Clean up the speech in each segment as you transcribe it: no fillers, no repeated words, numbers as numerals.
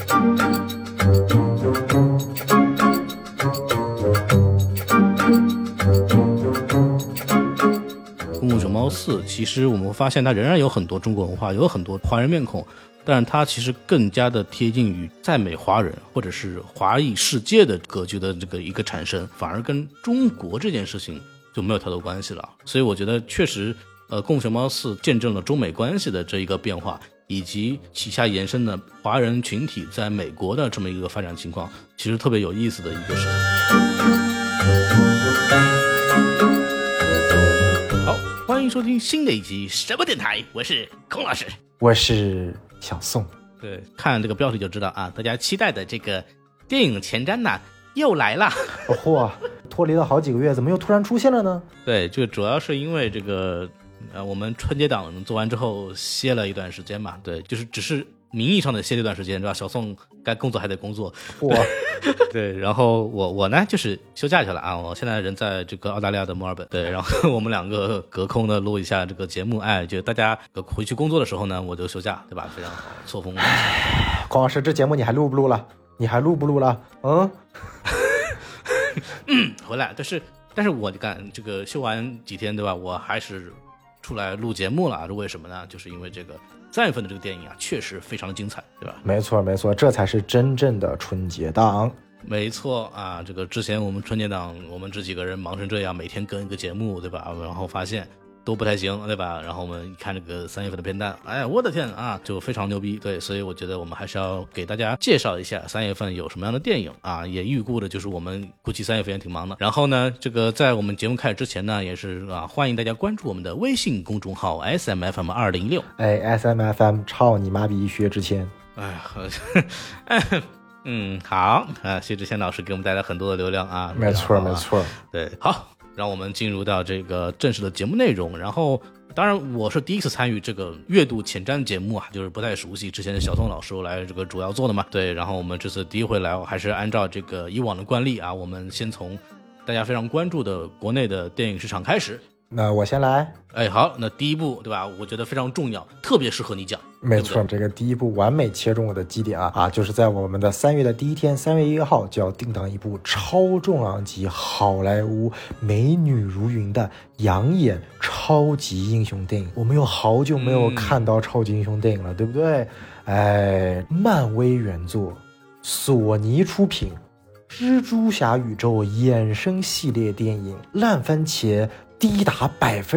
功夫熊猫4其实我们发现它仍然有很多中国文化，有很多华人面孔，但是它其实更加的贴近于在美华人或者是华裔世界的格局的这个一个产生，反而跟中国这件事情就没有太多关系了。所以我觉得确实功夫熊猫4见证了中美关系的这一个变化，以及旗下延伸的华人群体在美国的这么一个发展情况，其实特别有意思的一个事情。好，欢迎收听新的一集什么电台，我是孔老师， 我是小宋。 对，看这个标题就知道啊，大家期待的这个电影前瞻呢又来了。 嚯，脱离了好几个月，怎么又突然出现了呢？ 对，这个主要是因为这个我们春节档做完之后歇了一段时间嘛，对，就是只是名义上的歇了一段时间，对吧？小宋该工作还得工作，对，然后我呢就是休假去了啊，我现在人在这个澳大利亚的墨尔本，对，然后我们两个隔空的录一下这个节目，哎，就大家回去工作的时候呢，我就休假，对吧？非常好，错峰。 孔老师，这节目你还录不录了？你还录不录了？ 回来，但是我干这个休完几天，对吧？我还是出来录节目了，是为什么呢？就是因为这个3月份的这个电影啊，确实非常的精彩，对吧？ 没错没错，这才是真正的春节档。 没错啊，这个之前我们春节档我们这几个人忙成这样，每天更一个节目，对吧？然后发现都不太行，对吧？然后我们一看这个3月份的片单，哎呀，我的天啊，就非常牛逼，对，所以我觉得我们还是要给大家介绍一下3月份有什么样的电影啊，也预估的就是我们估计3月份也挺忙的。然后呢，这个在我们节目开始之前呢，也是欢迎大家关注我们的微信公众号 SMFM206。 哎 ，SMFM 操你妈逼薛之谦。 好啊，薛之谦老师给我们带来很多的流量啊， 没错没错， 对，好。让我们进入到这个正式的节目内容，然后当然我是第一次参与这个阅读前瞻节目啊，就是不太熟悉，之前是小宋老师来这个主要做的嘛，对，然后我们这次第一回来，还是按照这个以往的惯例啊，我们先从大家非常关注的国内的电影市场开始。 那我先来。 哎，好，那第一部对吧？我觉得非常重要，特别适合你讲。 没错，这个第一部完美切中我的基点啊，就是在我们的3月的第一天，3月1号就要定档一部超重量级好莱坞美女如云的养眼超级英雄电影。我们有好久没有看到超级英雄电影了，对不对？哎，漫威原作，索尼出品，蜘蛛侠宇宙衍生系列电影，烂番茄低达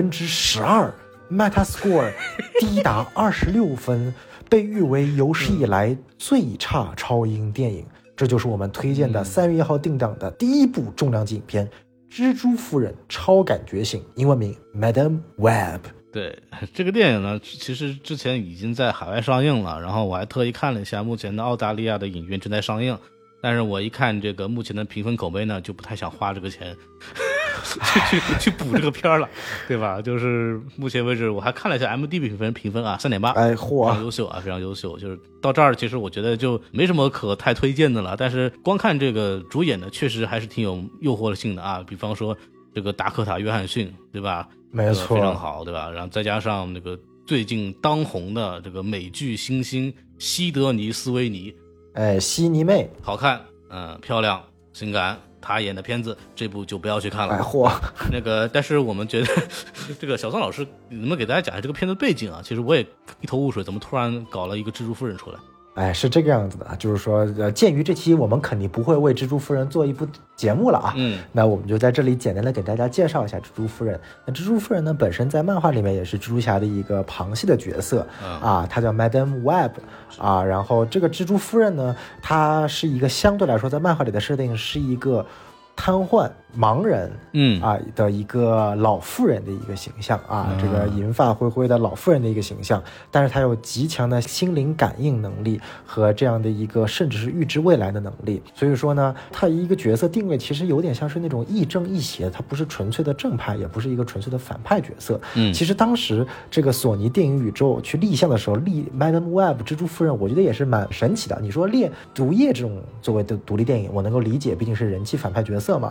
12%。Metascore 低达26分，被誉为有史以来最差超英电影。这就是我们推荐的3月1号定档的第一部重量级影片《蜘蛛夫人：超感觉醒》，英文名 Madam Web。 对，这个电影呢，其实之前已经在海外上映了，然后我还特意看了一下，目前的澳大利亚的影院正在上映。但是我一看这个目前的评分口碑呢，就不太想花这个钱去补这个片了，对吧？就是目前为止我还看了一下 MDB 评分啊，3.8， 哎嚯， 非常优秀啊，非常优秀。就是到这儿，其实我觉得就没什么可太推荐的了。但是光看这个主演呢，确实还是挺有诱惑性的啊。比方说这个达科塔·约翰逊，对吧？ 没错， 非常好，对吧？然后再加上那个最近当红的这个美剧新星西德尼·斯维尼。 哎，悉尼妹好看，漂亮，性感，她演的片子这部就不要去看了。 哎嚯， 那个，但是我们觉得这个小宋老师能不能给大家讲一下这个片子背景啊？其实我也一头雾水，怎么突然搞了一个蜘蛛夫人出来？ 哎，是这个样子的，就是说，鉴于这期我们肯定不会为蜘蛛夫人做一部节目了啊，那我们就在这里简单的给大家介绍一下蜘蛛夫人。那蜘蛛夫人呢，本身在漫画里面也是蜘蛛侠的一个旁系的角色，啊，她叫 Madam Web 啊，然后这个蜘蛛夫人呢，她是一个相对来说在漫画里的设定是一个瘫痪盲人的一个老妇人的一个形象啊，这个银发灰灰的老妇人的一个形象，但是她有极强的心灵感应能力和这样的一个甚至是预知未来的能力。所以说呢，她一个角色定位其实有点像是那种亦正亦邪，她不是纯粹的正派，也不是一个纯粹的反派角色。其实当时这个索尼电影宇宙去立项的时候，立 Madam Web 蜘蛛夫人，我觉得也是蛮神奇的。你说列毒液这种作为的独立电影，我能够理解，毕竟是人气反派角色嘛， 对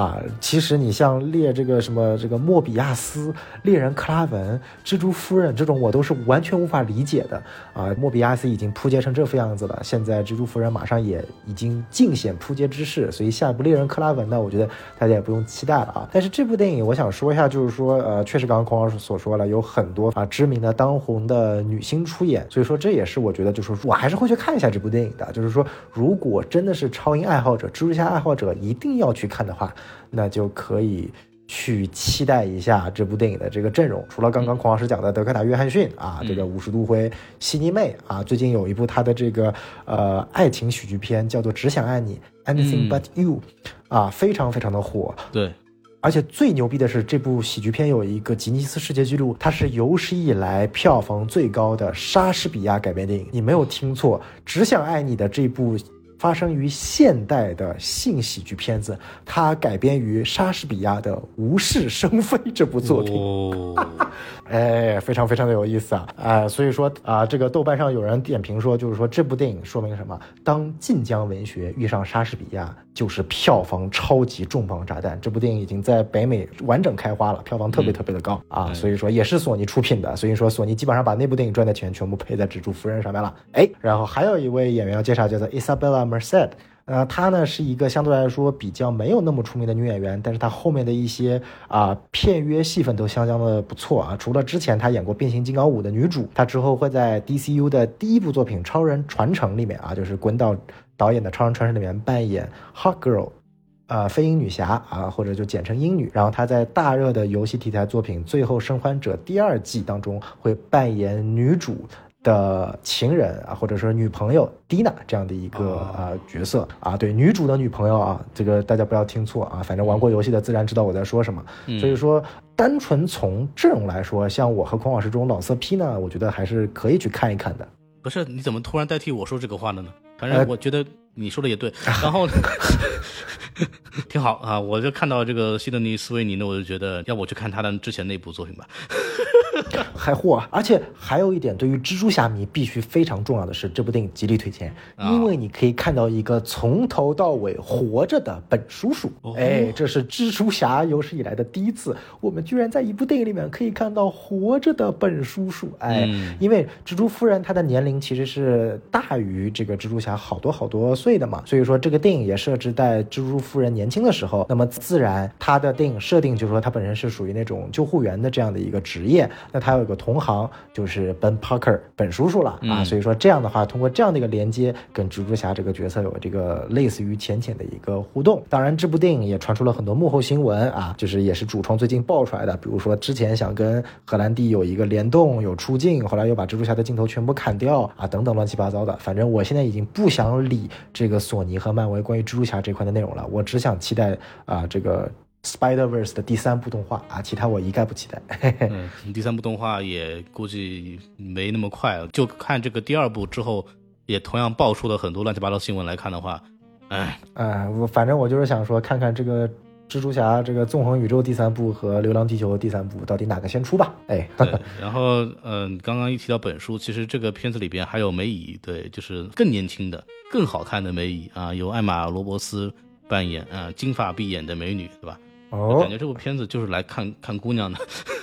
啊。其实你像列这个什么这个莫比亚斯、猎人克拉文、蜘蛛夫人这种，我都是完全无法理解的啊。莫比亚斯已经扑街成这副样子了，现在蜘蛛夫人马上也已经尽显扑街之势，所以下一部猎人克拉文呢，我觉得大家也不用期待了啊。但是这部电影我想说一下，就是说确实刚刚孔老师所说了，有很多知名的当红的女星出演，所以说这也是我觉得就是我还是会去看一下这部电影的。就是说如果真的是超英爱好者、蜘蛛侠爱好者一定要去看的话，那就可以去期待一下这部电影的这个阵容。除了刚刚孔老师讲的德克塔·约翰逊啊，这个50度灰悉尼妹啊，最近有一部他的这个爱情喜剧片叫做《只想爱你》Anything But You 啊，非常非常的火。 对。 而且最牛逼的是，这部喜剧片有一个吉尼斯世界纪录，它是有史以来票房最高的莎士比亚改编电影。你没有听错，只想爱你的这部发生于现代的性喜剧片子，它改编于莎士比亚的《无事生非》这部作品。哎，非常非常的有意思啊！所以说这个豆瓣上有人点评说，就是说这部电影说明什么？当晋江文学遇上莎士比亚，就是票房超级重磅炸弹。这部电影已经在北美完整开花了，票房特别特别的高啊！所以说也是索尼出品的，所以说索尼基本上把那部电影赚的钱全部赔在蜘蛛夫人上面了。哎，然后还有一位演员要介绍，叫做 Isabella Merced。她呢是一个相对来说比较没有那么出名的女演员，但是她后面的一些片约戏份都相当的不错啊。除了之前她演过《变形金刚5》的女主，她之后会在 DCU 的第一部作品《超人传承》里面啊，就是滚导导演的《超人传承》里面扮演 Hawk Girl。飞鹰女侠啊，或者就简称鹰女。然后她在大热的游戏题材作品《最后生还者》第2季当中会扮演女主的情人啊，或者说女朋友 Dina 这样的一个角色啊，对，女主的女朋友啊，这个大家不要听错啊，反正玩过游戏的自然知道我在说什么。所以说，单纯从阵容来说，像我和孔老师这种老色批呢，我觉得还是可以去看一看的。 不是，你怎么突然代替我说这个话了呢？反正我觉得你说的也对，然后挺好啊。我就看到这个希德尼·斯维尼呢，我就觉得要我去看他的之前那部作品吧。 还货，而且还有一点，对于蜘蛛侠迷必须非常重要的是，这部电影极力推荐，因为你可以看到一个从头到尾活着的本叔叔。哎，这是蜘蛛侠有史以来的第一次，我们居然在一部电影里面可以看到活着的本叔叔。哎，因为蜘蛛夫人她的年龄其实是大于这个蜘蛛侠好多好多岁的嘛，所以说这个电影也设置在蜘蛛夫人年轻的时候，那么自然她的电影设定就是说她本身是属于那种救护员的这样的一个职业。那他有一个同行就是 Ben Parker 本叔叔了啊，所以说这样的话，通过这样的一个连接，跟蜘蛛侠这个角色有这个类似于浅浅的一个互动。当然，这部电影也传出了很多幕后新闻啊，就是也是主创最近爆出来的，比如说之前想跟荷兰弟有一个联动有出镜，后来又把蜘蛛侠的镜头全部砍掉啊，等等乱七八糟的。反正我现在已经不想理这个索尼和漫威关于蜘蛛侠这块的内容了，我只想期待这个Spider-Verse 的第3部动画啊，其他我一概不期待。 第3部动画也估计没那么快，就看这个第2部之后，也同样爆出了很多乱七八糟新闻来看的话， 反正我就是想说，看看这个蜘蛛侠这个纵横宇宙第3部和流浪地球第3部到底哪个先出吧。哎， 对，然后刚刚一提到本书，其实这个片子里边还有梅姨，对，就是更年轻的、更好看的梅姨啊，由艾玛罗伯斯扮演金发碧眼的美女，对吧？感觉这部片子就是来看看姑娘的。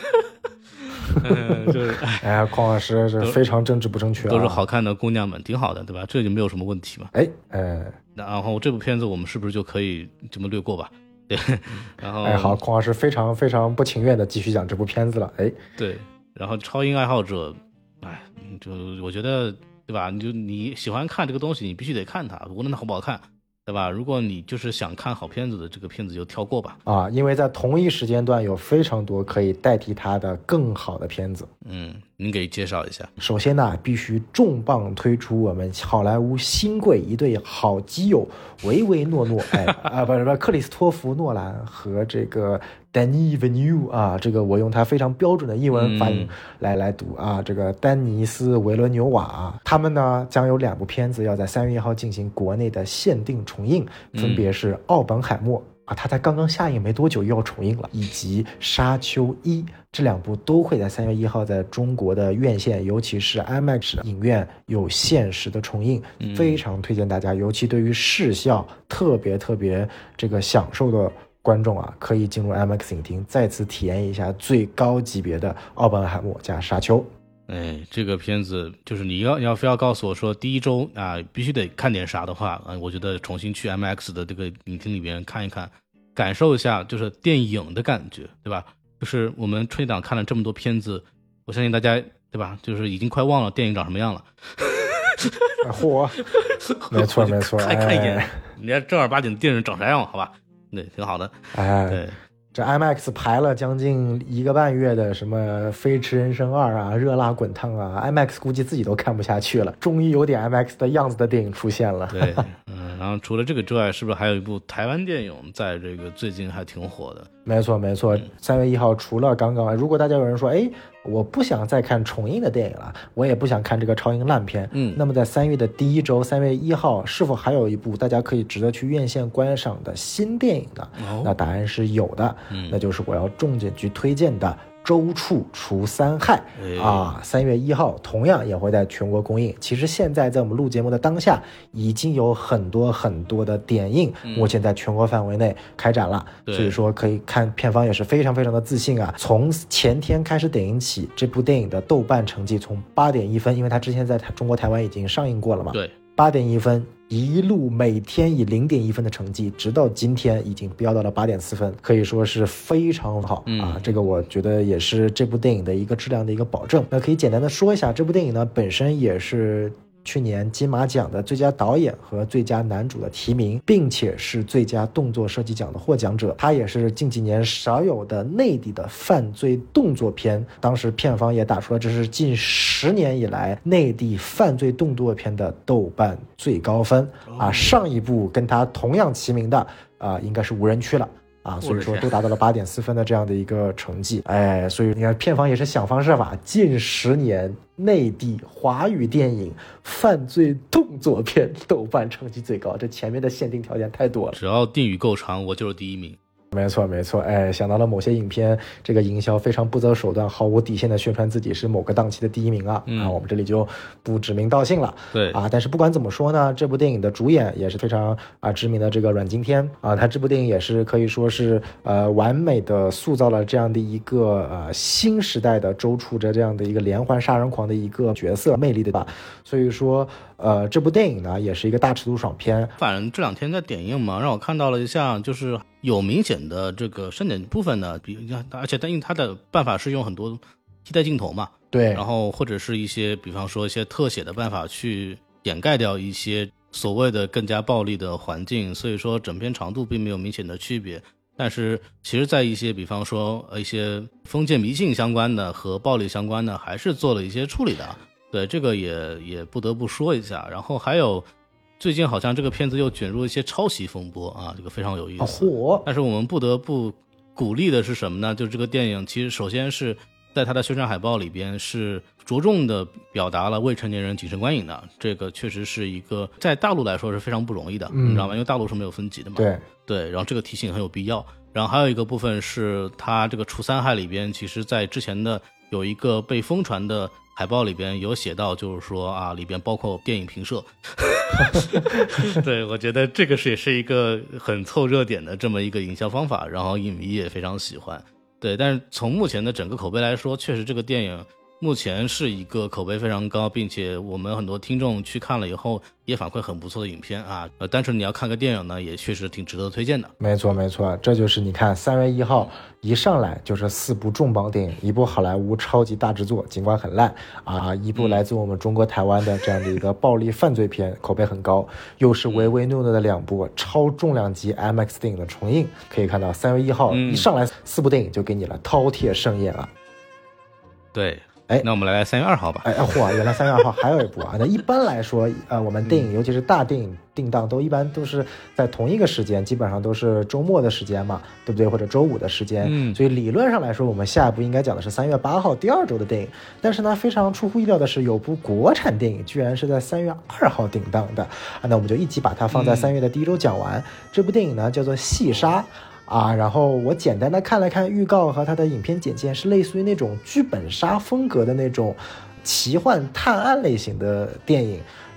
就是邝老师是非常政治不正确， 都是好看的姑娘们，挺好的，对吧？这就没有什么问题嘛。然后这部片子我们是不是就可以这么略过吧？对，然后好，邝老师非常非常不情愿的继续讲这部片子了。 对，然后超英爱好者，就我觉得，对吧？你喜欢看这个东西，你必须得看它，无论它好不好看。对吧？如果你就是想看好片子的，这个片子就跳过吧。 因为在同一时间段有非常多可以代替它的更好的片子。 您给介绍一下。 首先呢，必须重磅推出我们好莱坞新贵一对好基友维维诺诺，不，克里斯托弗诺兰和这个丹尼·维纽啊，这个我用他非常标准的英文发音来读啊，这个丹尼斯·维伦纽瓦啊，他们呢将有2部片子要在3月1号进行国内的限定重映，分别是《奥本海默》他才刚刚下映没多久又要重映了，以及《沙丘1》，这2部都会在3月1号在中国的院线，尤其是 IMAX 影院有限时的重映，非常推荐大家，尤其对于视效特别这个享受的观众啊，可以进入 IMAX 影厅再次体验一下最高级别的奥本海默加沙丘。 这个片子就是你要非要告诉我说第一周啊必须得看点啥的话，我觉得重新去 IMAX 的这个影厅里边看一看，感受一下就是电影的感觉，对吧？就是我们春节档看了这么多片子，我相信大家对吧，就是已经快忘了电影长什么样了。 嚯，没错没错， 看一眼，你看正儿八经的电影长啥样，好吧？对，挺好的。对。 这 IMAX 排了将近1个半月的什么《飞驰人生2》啊，热辣滚烫啊 ，IMAX 估计自己都看不下去了，终于有点 IMAX 的样子的电影出现了。 对，然后除了这个之外，是不是还有一部台湾电影在这个最近还挺火的？ 没错没错，3月1号除了刚刚，如果大家有人说，我不想再看重映的电影了，我也不想看这个超英烂片，那么在3月的第一周，3月1号是否还有一部大家可以值得去院线观赏的新电影呢？那答案是有的，那就是我要重点去推荐的周处除三害啊，3月1号同样也会在全国公映。其实现在在我们录节目的当下，已经有很多很多的点映，目前在全国范围内开展了，所以说可以看片方也是非常非常的自信啊。从前天开始点映起，这部电影的豆瓣成绩从8.1分，因为它之前在中国台湾已经上映过了嘛， 对 ，8.1分。一路每天以0.1分的成绩，直到今天已经飙到了8.4分，可以说是非常好啊！这个我觉得也是这部电影的一个质量的一个保证。那可以简单的说一下，这部电影呢本身也是去年金马奖的最佳导演和最佳男主的提名，并且是最佳动作设计奖的获奖者。它也是近几年少有的内地的犯罪动作片，当时片方也打出了这是近10年以来内地犯罪动作片的豆瓣最高分啊！上一部跟它同样齐名的应该是无人区了。所以说都达到了8.4分的这样的一个成绩，所以你看片方也是想方设法，近10年内地华语电影犯罪动作片豆瓣成绩最高，这前面的限定条件太多了， 只要定语够长，我就是第一名。 没错没错，想到了某些影片这个营销非常不择手段毫无底线的宣传自己是某个档期的第一名啊，我们这里就不指名道姓了。 对但是不管怎么说呢，这部电影的主演也是非常知名的这个阮经天他这部电影也是可以说是完美的塑造了这样的一个新时代的周处着这样的一个连环杀人狂的一个角色魅力的吧，所以说这部电影呢也是一个大尺度爽片。 反正这2天在点映嘛，让我看到了一下，就是有明显的这个删减部分呢，而且因为它的办法是用很多替代镜头嘛， 对， 然后或者是一些比方说一些特写的办法去掩盖掉一些所谓的更加暴力的环境，所以说整片长度并没有明显的区别。但是其实在一些比方说一些封建迷信相关的和暴力相关的还是做了一些处理的，对，这个也不得不说一下。然后还有最近好像这个片子又卷入一些抄袭风波这个非常有意思。但是我们不得不鼓励的是什么呢？就是这个电影其实首先是在它的宣传海报里边是着重的表达了未成年人谨慎观影的，这个确实是一个在大陆来说是非常不容易的，你知道吗？因为大陆是没有分级的嘛。对，然后这个提醒很有必要。然后还有一个部分是它这个除三害里边，其实在之前的有一个被疯传的海报里边有写到，就是说里边包括电影评社。对，我觉得这个也是一个很凑热点的这么一个营销方法，然后影迷也非常喜欢。对，但是从目前的整个口碑来说，确实这个电影目前是一个口碑非常高，并且我们很多听众去看了以后也反馈很不错的影片单纯你要看个电影呢，也确实挺值得推荐的。 没错没错，这就是你看3月1号一上来就是4部重磅电影，一部好莱坞超级大制作尽管很烂一部来自我们中国台湾的这样的一个暴力犯罪片口碑很高，又是唯唯诺诺的2部超重量级 IMAX 电影的重映。可以看到3月1号一上来4部电影就给你了饕餮盛宴对，那我们来3月2号吧。 原来3月2号还有一部那一般来说我们电影尤其是大电影定档一般都是在同一个时间，基本上都是周末的时间嘛，对不对？或者周5的时间所以理论上来说我们下一部应该讲的是3月8号第2周的电影。但是呢非常出乎意料的是，有部国产电影居然是在3月2号定档的那我们就一起把它放在3月的第1周讲完。这部电影呢叫做细沙然后我简单的看了看预告和它的影片简介，是类似于那种剧本杀风格的那种奇幻探案类型的电影。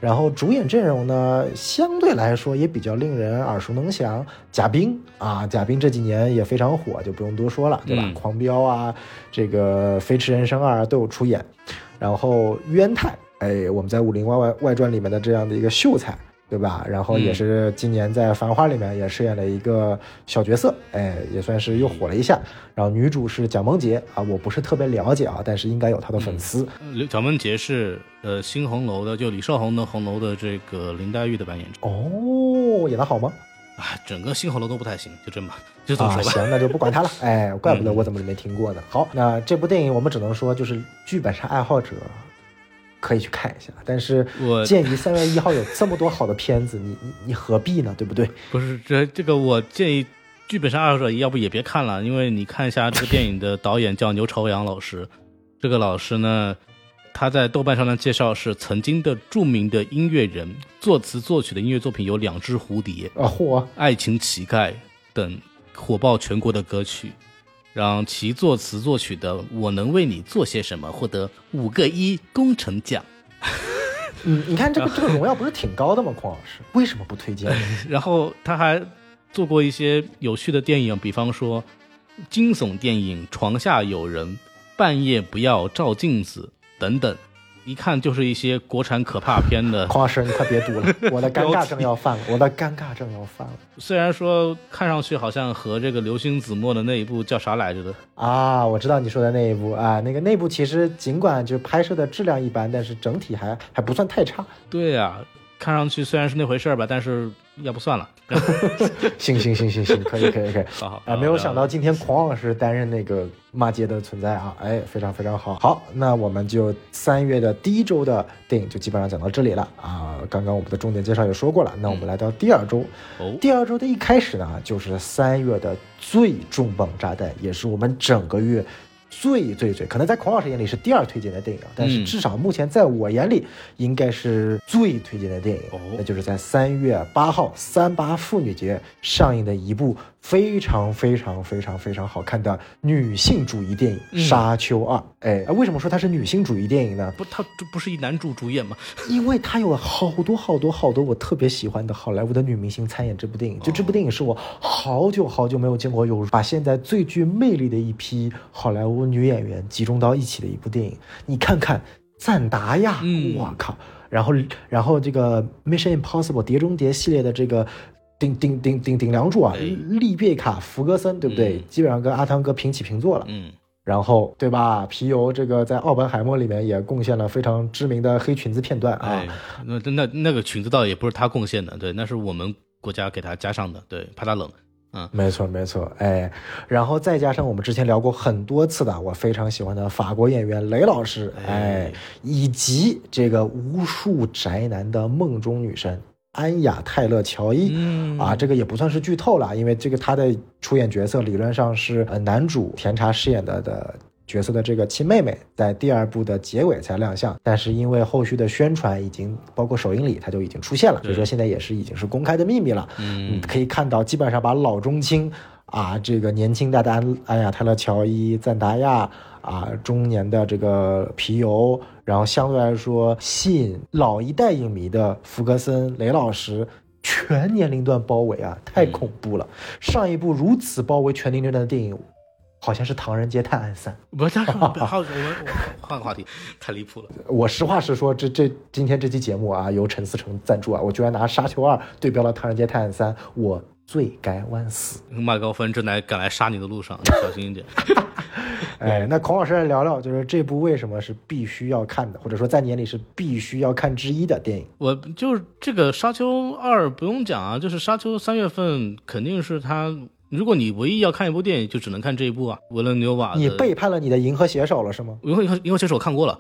然后主演阵容呢，相对来说也比较令人耳熟能详。贾冰啊，贾冰这几年也非常火，就不用多说了，对吧？狂飙啊，这个飞驰人生2都有出演。然后渊太，我们在《武林外传》里面的这样的一个秀才，对吧？然后也是今年在《繁花》里面也饰演了一个小角色，也算是又火了一下。然后女主是蒋梦婕啊，我不是特别了解啊，但是应该有她的粉丝。 蒋梦婕是新红楼的，就李少红的红楼的这个林黛玉的扮演者。 哦，演得好吗？ 整个新红楼都不太行，就这么说吧。 行，那就不管他了。怪不得我怎么没听过呢。好，那这部电影我们只能说，就是剧本杀爱好者可以去看一下，但是鉴于3月1号有这么多好的片子，你何必呢？对不对？ 不是，这个我建议剧本杀爱好者要不也别看了，因为你看一下这个电影的导演叫牛朝阳老师，这个老师呢，他在豆瓣上的介绍是曾经的著名的音乐人，作词作曲的音乐作品有《两只蝴蝶》爱情乞丐等火爆全国的歌曲，让其作词作曲的《我能为你做些什么》获得5个1工程奖。 你看这个荣耀不是挺高的吗？孔老师为什么不推荐？ 然后他还做过一些有趣的电影，比方说惊悚电影《床下有人》、半夜不要照镜子等等，一看就是一些国产可怕片的。 孔老师，你快别读了，我的尴尬症要犯了。 虽然说看上去好像和这个流星子墨的那一部叫啥来着的啊，我知道你说的那一部啊，那部其实尽管就拍摄的质量一般，但是整体还不算太差。 对啊，看上去虽然是那回事吧，但是要不算了。 行，可以。好，没有想到今天孔老师担任那个骂街的存在啊，非常非常好。好，那我们就3月的第1周的电影就基本上讲到这里了啊。刚刚我们的重点介绍也说过了，那我们来到第2周。第2周的一开始呢，就是3月的最重磅炸弹，也是我们整个月最可能在孔老师眼里是第2推荐的电影，但是至少目前在我眼里应该是最推荐的电影，那就是在3月8号38妇女节上映的一部非常好看的女性主义电影《沙丘2》。为什么说它是女性主义电影呢？ 它不是以男主主演吗？ 因为它有好多我特别喜欢的好莱坞的女明星参演这部电影。就这部电影是我好久没有见过有把现在最具魅力的一批好莱坞女演员集中到一起的一部电影。你看看赞达亚，我靠，然后这个 Mission Impossible 碟中谍系列的这个顶梁柱啊，丽贝卡·福格森，对不对？基本上跟阿汤哥平起平坐了。然后对吧？皮尤这个在奥本海默里面也贡献了非常知名的黑裙子片段啊。 那个裙子倒也不是他贡献的，对，那是我们国家给他加上的，对，怕他冷。 没错，然后再加上我们之前聊过很多次的我非常喜欢的法国演员雷老师，以及这个无数宅男的梦中女神安雅泰勒乔伊，这个也不算是剧透了，因为这个他的出演角色理论上是男主甜茶饰演的角色的这个亲妹妹，在第2部的结尾才亮相，但是因为后续的宣传已经包括首映礼，它就已经出现了，所以说现在也是已经是公开的秘密了。可以看到基本上把老中青这个年轻代的安雅泰勒乔伊、赞达亚中年的这个皮尤，然后相对来说吸引老一代影迷的福格森、雷老师，全年龄段包围太恐怖了。上一部如此包围全年龄段的电影好像是《唐人街探案3》。 不是，我换个话题，太离谱了。 我实话实说，今天这期节目由陈思诚赞助我居然拿《沙丘2》对标了《唐人街探案3》，我罪该万死。 麦高芬正在赶来杀你的路上，小心一点。 那孔老师来聊聊，就是这部为什么是必须要看的，或者说在你眼里是必须要看之一的电影。 我就是这个《沙丘2》不用讲就是《沙丘》3月份肯定是它。如果你唯一要看一部电影，就只能看这一部维伦纽瓦的。 你背叛了你的银河携手了是吗？ 银河携手看过了。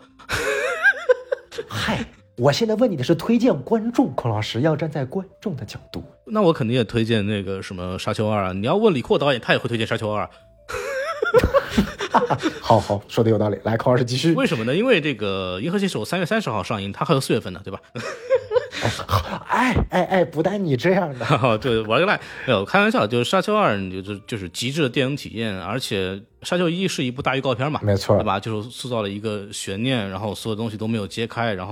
嗨，我现在问你的是推荐观众，孔老师要站在观众的角度。 那我肯定也推荐那个什么《沙丘2》你要问李阔导演，他也会推荐《沙丘2》。 好，说的有道理。来，孔老师继续。 为什么呢？因为这个银河携手3月30号上映，它还有4月份呢，对吧？ 不带你这样的。 对，玩个赖，没有开玩笑，就是《沙丘2》就是极致的电影体验，而且《沙丘1》是一部大预告片嘛， 没错， 对吧？就是塑造了一个悬念，然后所有东西都没有揭开，然后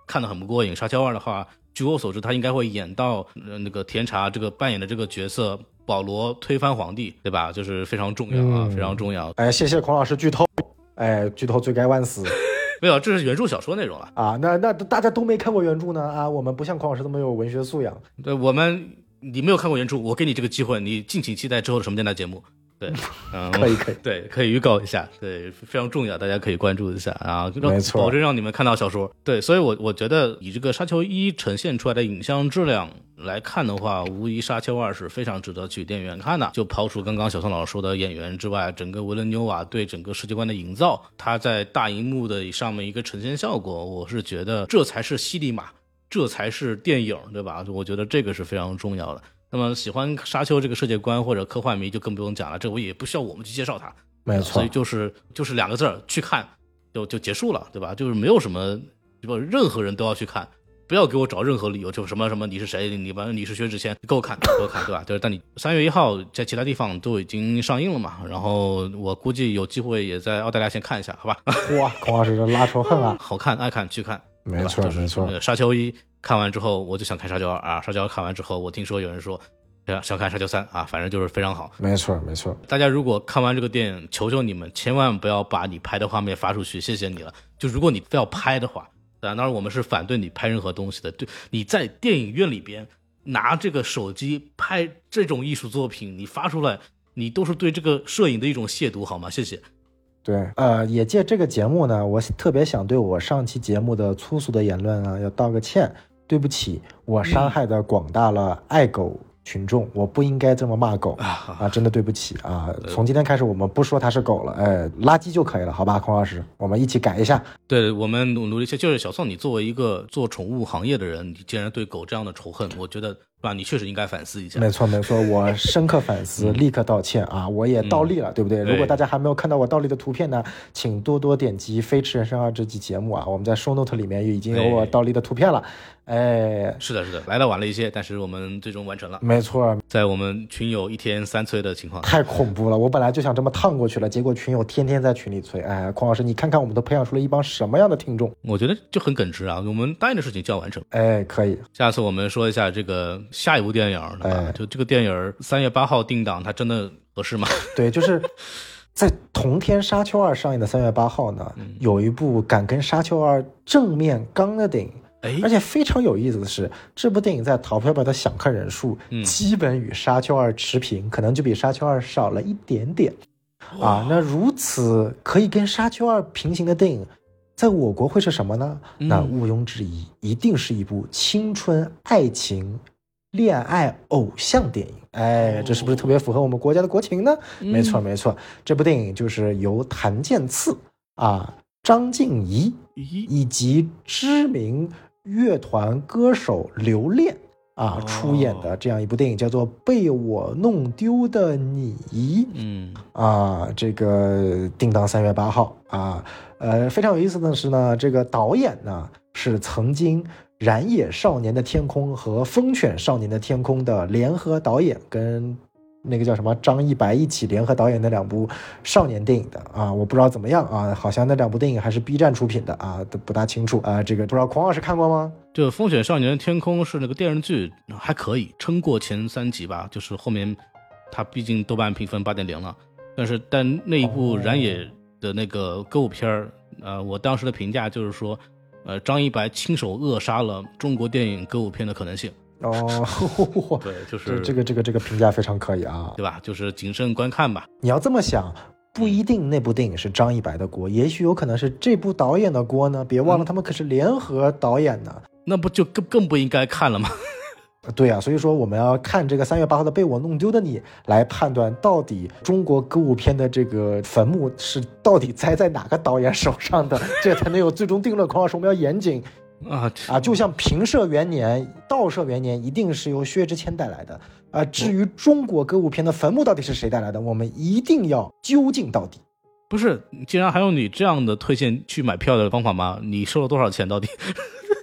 看得很不过瘾。沙丘2的话，据我所知，他应该会演到那个甜茶这个扮演的这个角色保罗推翻皇帝，对吧？就是非常重要啊，非常重要。 哎，谢谢孔老师剧透，哎，剧透罪该万死。 没有，这是原著小说内容了啊。那大家都没看过原著呢啊，我们不像孔老师这么有文学素养。 对，你没有看过原著，我给你这个机会，你敬请期待之后的什么电台节目。对， 可以， 对，可以预告一下，对，非常重要，大家可以关注一下啊， 没错， 保证让你们看到小说。对，所以我觉得以这个沙丘1呈现出来的影像质量来看的话，无疑沙丘2是非常值得去电影院看的。就刨除刚刚小宋老师说的演员之外，整个维伦纽瓦对整个世界观的营造，他在大荧幕的上面一个呈现效果，我是觉得这才是犀利马，这才是电影，对吧？我觉得这个是非常重要的。那么喜欢沙丘这个世界观或者科幻迷就更不用讲了，这我也不需要我们去介绍它， 没错， 所以就是2个字，去看就结束了，对吧？就是没有什么，任何人都要去看，不要给我找任何理由，就什么你是谁，你是薛之谦，给我看，对吧？就是但你3月1号在其他地方都已经上映了嘛，然后我估计有机会也在澳大利亚先看一下，好吧？ 哇，孔老师这拉仇恨啊！ 好看，爱看去看， 没错，没错。 沙丘1看完之后，我就想看沙丘2啊。沙丘2看完之后，我听说有人说想看沙丘3啊，反正就是非常好。 没错，没错。 大家如果看完这个电影，求求你们千万不要把你拍的画面发出去，谢谢你了。就如果你非要拍的话，当然我们是反对你拍任何东西的。对，你在电影院里边拿这个手机拍这种艺术作品，你发出来，你都是对这个摄影的一种亵渎，好吗？谢谢。 对，也借这个节目呢，我特别想对我上期节目的粗俗的言论呢，要道个歉。对不起，我伤害的广大了爱狗群众，我不应该这么骂狗啊！真的对不起啊！从今天开始，我们不说它是狗了，垃圾就可以了，好吧，孔老师，我们一起改一下。 对，我们努力一些。就是小宋，你作为一个做宠物行业的人，你既然对狗这样的仇恨，我觉得吧，你确实应该反思一下。 没错，我深刻反思，立刻道歉啊！我也倒立了，对不对？如果大家还没有看到我倒立的图片呢，请多多点击《飞驰人生2》这期节目啊，我们在 show note 里面已经有我倒立的图片了。 是的，来的晚了一些，但是我们最终完成了。 没错， 在我们群友1天3催的情况， 太恐怖了！我本来就想这么烫过去了，结果群友天天在群里催。孔老师，你看看我们都培养出了一帮什么样的听众？ 我觉得就很耿直啊，我们答应的事情就要完成。 可以。 下次我们说一下这个下一部电影，对吧？就这个电影3月8号定档，它真的合适吗？ 对，就是在同天沙丘2上映的3月8号呢，有一部敢跟沙丘2正面刚的电影。而且非常有意思的是，这部电影在淘票票的享看人数基本与沙丘2持平，可能就比沙丘2少了一点点啊。那如此可以跟沙丘2平行的电影，在我国会是什么呢？那毋庸置疑，一定是一部青春爱情恋爱偶像电影。这是不是特别符合我们国家的国情呢？没错，这部电影就是由谭健次张婧仪以及知名乐团歌手刘恋出演的这样一部电影，叫做《被我弄丢的你》。这个定档3月8号非常有意思的是呢，这个导演呢是曾经燃野少年的天空和风犬少年的天空的联合导演，跟那个叫什么张一白一起联合导演的2部少年电影的我不知道怎么样好像那2部电影还是 B 站出品的都不大清楚这个不知道孔老师看过吗？ 就风犬少年的天空是那个电视剧，还可以撑过前3集吧，就是后面它毕竟豆瓣评分 8.0 了，但那一部燃野的那个歌舞片我当时的评价就是说张一白亲手扼杀了中国电影歌舞片的可能性。对，就是这个评价非常可以对吧？就是谨慎观看吧。 你要这么想，不一定那部电影是张一白的锅，也许有可能是这部导演的锅呢。别忘了，他们可是联合导演呢。 那不就更不应该看了吗？ 对所以说我们要看这个3月8号的《被我弄丢的你》，来判断到底中国歌舞片的这个坟墓是到底栽在哪个导演手上的，这才能有最终定论。孔老师，我们要严谨。就像平社元年、道社元年一定是由薛之谦带来的至于中国歌舞片的坟墓到底是谁带来的，我们一定要究竟到底。 不是，竟然还有你这样的推荐去买票的方法吗？你收了多少钱到底？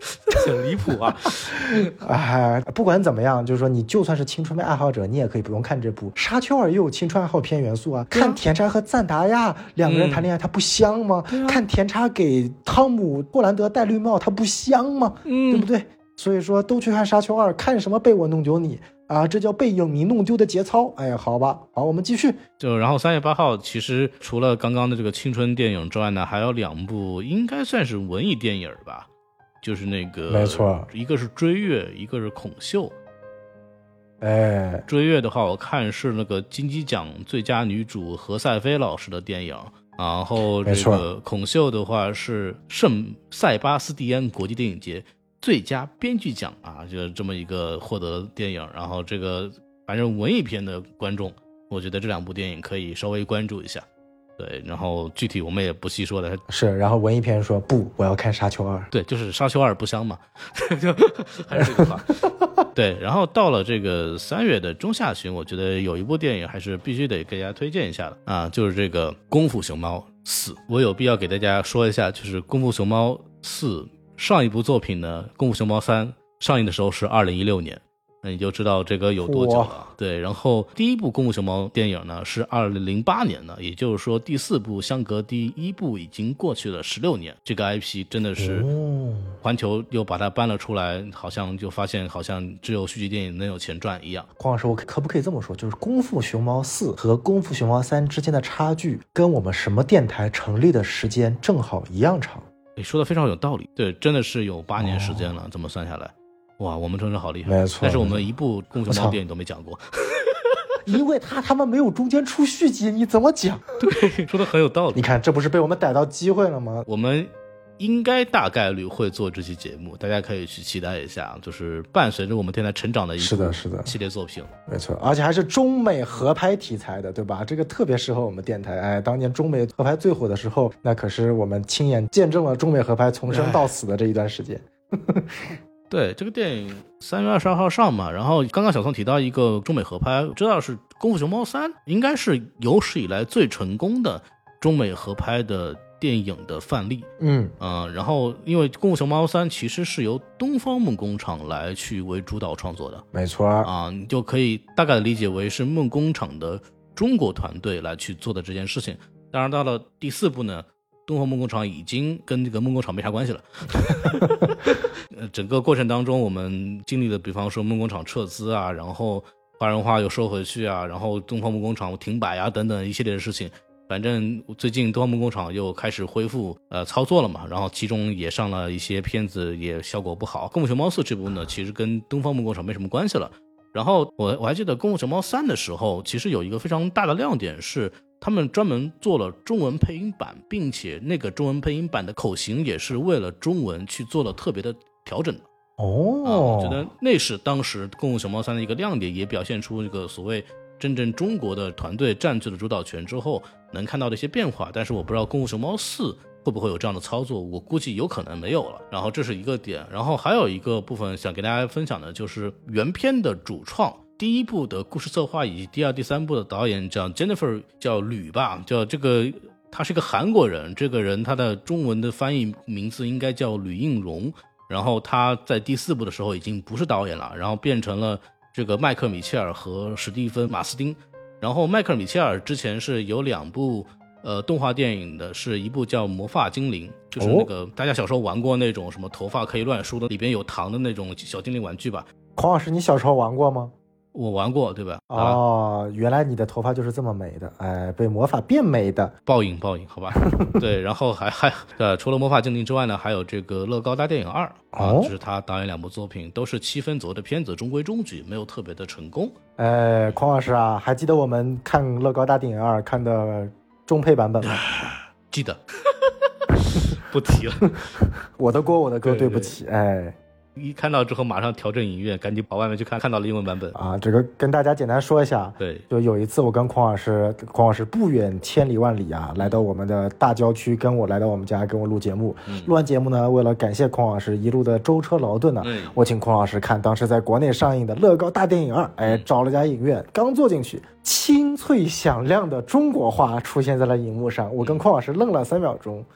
很离谱啊！ 不管怎么样，就是说你就算是青春片爱好者，你也可以不用看这部《沙丘2》，也有青春爱好片元素啊。看甜茶和赞达亚两个人谈恋爱，它不香吗？看甜茶给汤姆·霍兰德戴绿帽，它不香吗？对不对？所以说都去看《沙丘2》，看什么被我弄丢你啊？这叫被影迷弄丢的节操。哎，好吧，好，我们继续。 然后3月8号，其实除了刚刚的这个青春电影之外呢，还有2部应该算是文艺电影吧，就是那个， 没错，一个是追月，一个是孔秀。追月的话，我看是那个金鸡奖最佳女主何赛菲老师的电影。然后这个孔秀的话是圣塞巴斯蒂安国际电影节最佳编剧奖啊，就这么一个获得电影。然后这个反正文艺片的观众，我觉得这2部电影可以稍微关注一下。对，然后具体我们也不细说了。 是，然后文艺片说不，我要看沙丘2。 对，就是沙丘2不香嘛，就还是这句话。对，然后到了这个3月的中下旬，我觉得有一部电影还是必须得给大家推荐一下的啊，就是这个《功夫熊猫4》。我有必要给大家说一下，就是《功夫熊猫4》上一部作品呢，《功夫熊猫3》上映的时候是2016年。那你就知道这个有多久了。对，然后第一部功夫熊猫电影呢是2008年的，也就是说第4部相隔第一部已经过去了16年。这个 IP 真的是环球又把它搬了出来，好像就发现好像只有续集电影能有钱赚一样。 邝老师，我可不可以这么说，就是功夫熊猫4和功夫熊猫3之间的差距跟我们什么电台成立的时间正好一样长？ 你说的非常有道理。对，真的是有8年时间了，这么算下来，哇，我们真是好厉害。 没错， 但是我们一部功夫熊猫电影都没讲过。 因为他们没有中间出续集，你怎么讲？ 对，说的很有道理。 你看，这不是被我们逮到机会了吗？ 我们应该大概率会做这期节目，大家可以去期待一下，就是伴随着我们电台成长的一部系列作品。 没错，而且还是中美合拍题材的，对吧？这个特别适合我们电台。哎，当年中美合拍最火的时候，那可是我们亲眼见证了中美合拍从生到死的这一段时间。 对，这个电影3月22号上嘛，然后刚刚小宋提到一个中美合拍，知道是《功夫熊猫3》，应该是有史以来最成功的中美合拍的电影的范例。然后因为《功夫熊猫3》其实是由东方梦工厂来去为主导创作的， 没错啊， 你就可以大概理解为是梦工厂的中国团队来去做的这件事情。当然到了第4部呢，东方梦工厂已经跟这个梦工厂没啥关系了。整个过程当中我们经历了比方说梦工厂撤资啊，然后华人化又收回去啊，然后东方梦工厂停摆啊等等一系列的事情。反正最近东方梦工厂又开始恢复操作了嘛，然后其中也上了一些片子，也效果不好。功夫熊猫4这部呢其实跟东方梦工厂没什么关系了。然后我还记得功夫熊猫3的时候，其实有一个非常大的亮点是他们专门做了中文配音版，并且那个中文配音版的口型也是为了中文去做了特别的调整的。我觉得那是当时功夫熊猫3的一个亮点，也表现出这个所谓真正中国的团队占据了主导权之后能看到的一些变化。但是我不知道功夫熊猫4会不会有这样的操作，我估计有可能没有了。然后这是一个点，然后还有一个部分想给大家分享的就是原片的主创，第1部的故事策划以及第2、第3部的导演叫 Jennifer 叫吕吧，叫这个他是一个韩国人，这个人他的中文的翻译名字应该叫吕应荣。然后他在第4部的时候已经不是导演了，然后变成了这个迈克米切尔和史蒂芬马斯丁。然后迈克米切尔之前是有2部动画电影的，是一部叫魔法精灵，就是那个大家小时候玩过那种什么头发可以乱梳的，里边有糖的那种小精灵玩具吧。 孔老师，你小时候玩过吗？ 我玩过，对吧？ 原来你的头发就是这么美的，哎，被魔法变美的。 报应，好吧。对，然后还除了魔法精灵之外呢，还有这个乐高大电影2就是他导演2部作品，都是7分左右的片子，中规中矩，没有特别的成功。 孔老师啊，还记得我们看乐高大电影2看的中配版本吗？ 记得。不提了。 我的锅，对不起。 一看到之后马上调整影院，赶紧跑外面去看到了英文版本啊。这个跟大家简单说一下， 对， 就有一次我跟孔老师不远千里万里啊，来到我们的大郊区，跟我来到我们家跟我录节目。录完节目呢，为了感谢孔老师一路的舟车劳顿呢，我请孔老师看当时在国内上映的乐高大电影2，找了家影院，刚坐进去，清脆响亮的中国话出现在了荧幕上，我跟孔老师愣了3秒钟。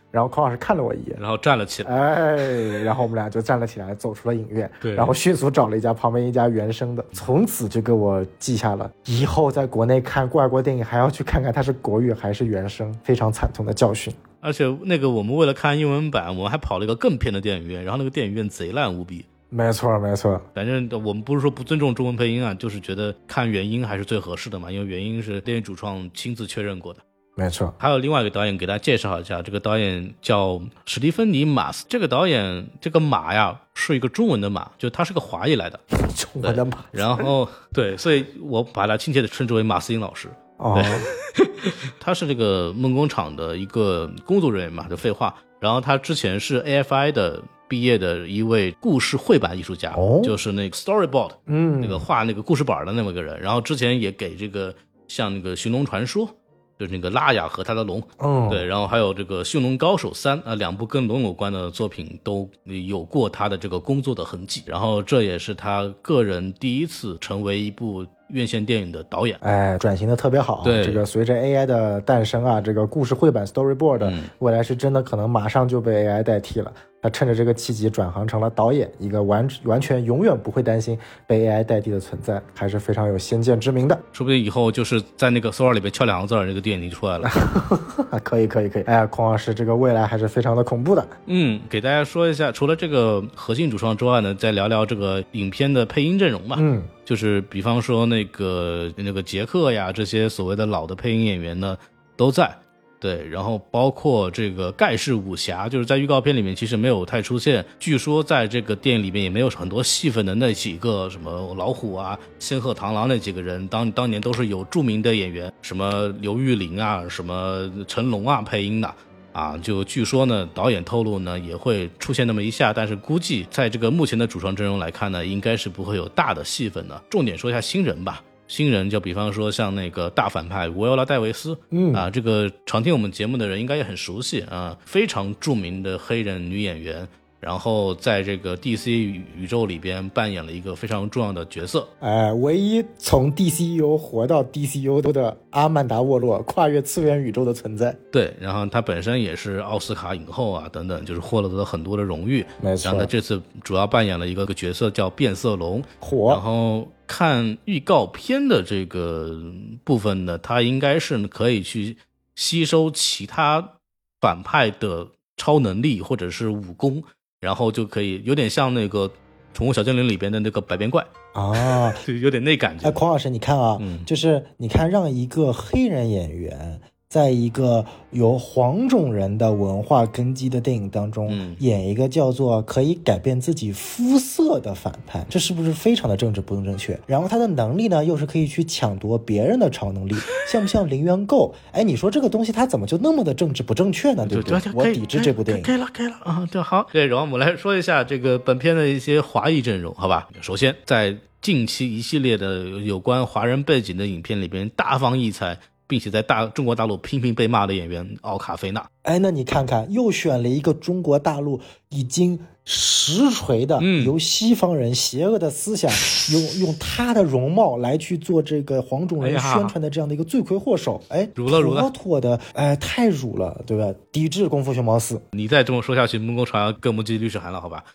然后孔老师看了我一眼， 然后站了起来， 然后我们俩就站了起来，走出了影院， 对， 然后迅速找了一家旁边一家原声的，从此就给我记下了以后在国内看外国电影还要去看看它是国语还是原声，非常惨痛的教训。 而且那个我们为了看英文版，我们还跑了一个更偏的电影院，然后那个电影院贼烂无比。 没错没错， 反正我们不是说不尊重中文配音啊，就是觉得看原音还是最合适的嘛，因为原音是电影主创亲自确认过的。 没错。 还有另外一个导演给大家介绍一下，这个导演叫史蒂芬妮·马斯。这个导演这个马呀是一个中文的马，就他是个华裔来的中文的马。 然后对，所以我把他亲切的称之为马斯英老师。 哦， 他是这个梦工厂的一个工作人员嘛，就废话。然后他之前是 AFI 的毕业的一位故事绘版艺术家，就是那个 storyboard， 那个画那个故事板的那么个人。然后之前也给这个像那个寻龙传说，就是那个拉雅和他的龙，对，然后还有这个驯龙高手3啊，2部跟龙有关的作品都有过他的这个工作的痕迹。然后这也是他个人第一次成为一部院线电影的导演， 转型的特别好。 对， 这个随着 AI 的诞生啊，这个故事绘版 storyboard，未来是真的可能马上就被 AI 代替了。他趁着这个契机转行成了导演，一个完全永远不会担心被 AI 代替的存在，还是非常有先见之明的。 说不定以后就是在那个 Sora 里边敲2个字，这个电影就出来了。 可以。孔老师这个未来还是非常的恐怖的。 给大家说一下，除了这个核心主创之外呢，再聊聊这个影片的配音阵容嘛。就是比方说那个杰克呀，这些所谓的老的配音演员呢都在。对，然后包括这个盖世武侠，就是在预告片里面其实没有太出现，据说在这个电影里面也没有很多戏份的那几个什么老虎啊、仙鹤螳螂那几个人，当年都是有著名的演员，什么刘玉玲啊、什么成龙啊配音的啊，就据说呢，导演透露呢也会出现那么一下，但是估计在这个目前的主创阵容来看呢，应该是不会有大的戏份的。重点说一下新人吧。新人就比方说像那个大反派维欧拉戴维斯，这个常听我们节目的人应该也很熟悉啊，非常著名的黑人女演员，然后在这个 DC 宇宙里边扮演了一个非常重要的角色。 唯一从 DCU 活到 DCU 的阿曼达沃洛，跨越次元宇宙的存在。 对，然后她本身也是奥斯卡影后啊，等等，就是获得了很多的荣誉。 没错。 然后她这次主要扮演了一个角色叫变色龙。然后看预告片的这个部分呢，他应该是可以去吸收其他反派的超能力或者是武功，然后就可以有点像那个宠物小精灵里边的那个百变怪啊， 就有点那感觉。 孔老师你看啊，就是你看让一个黑人演员在一个有黄种人的文化根基的电影当中，演一个叫做可以改变自己肤色的反派，这是不是非常的政治不正确？然后他的能力呢，又是可以去抢夺别人的超能力，像不像零元购？你说这个东西它怎么就那么的政治不正确呢？对不对？我抵制这部电影。 可以了啊，对，好，对，然后我们来说一下这个本片的一些华裔阵容，好吧？首先，在近期一系列的有关华人背景的影片里边，大放异彩，并且在中国大陆频频被骂的演员奥卡菲娜。 那你看看，又选了一个中国大陆已经实锤的，由西方人邪恶的思想，用他的容貌来去做这个黄种人宣传的这样的一个罪魁祸首。 辱了， 妥的，太辱了，对吧？抵制功夫熊猫4。 你再这么说下去，梦工厂要跟我们继续律师函了，好吧？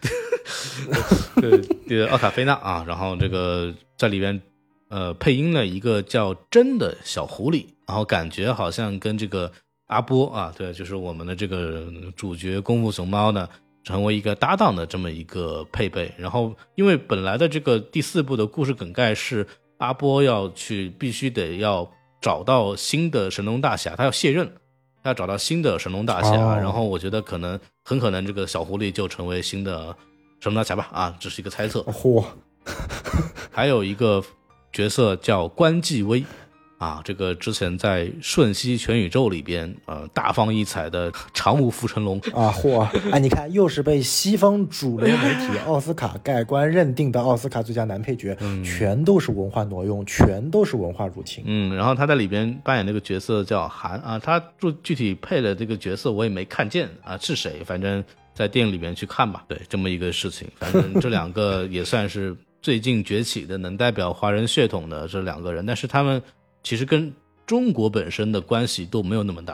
对，奥卡菲娜啊，然后这个在里边配音了一个叫真的小狐狸，然后感觉好像跟这个阿波啊，对，就是我们的这个主角功夫熊猫呢，成为一个搭档的这么一个配备。然后因为本来的这个第4部的故事梗概是阿波必须得要找到新的神龙大侠，他要卸任，他要找到新的神龙大侠，然后我觉得很可能这个小狐狸就成为新的神龙大侠吧，啊，这是一个猜测。还有一个角色叫关继威啊，这个之前在瞬息全宇宙里边大放异彩的常务傅成龙啊，你看又是被西方主流媒体奥斯卡盖棺认定的奥斯卡最佳男配角，全都是文化挪用，全都是文化入侵。 然后他在里边扮演那个角色叫韩啊，他具体配的这个角色我也没看见啊是谁，反正在电影里面去看吧。对，这么一个事情，反正这2个也算是最近崛起的能代表华人血统的这2个人，但是他们其实跟中国本身的关系都没有那么大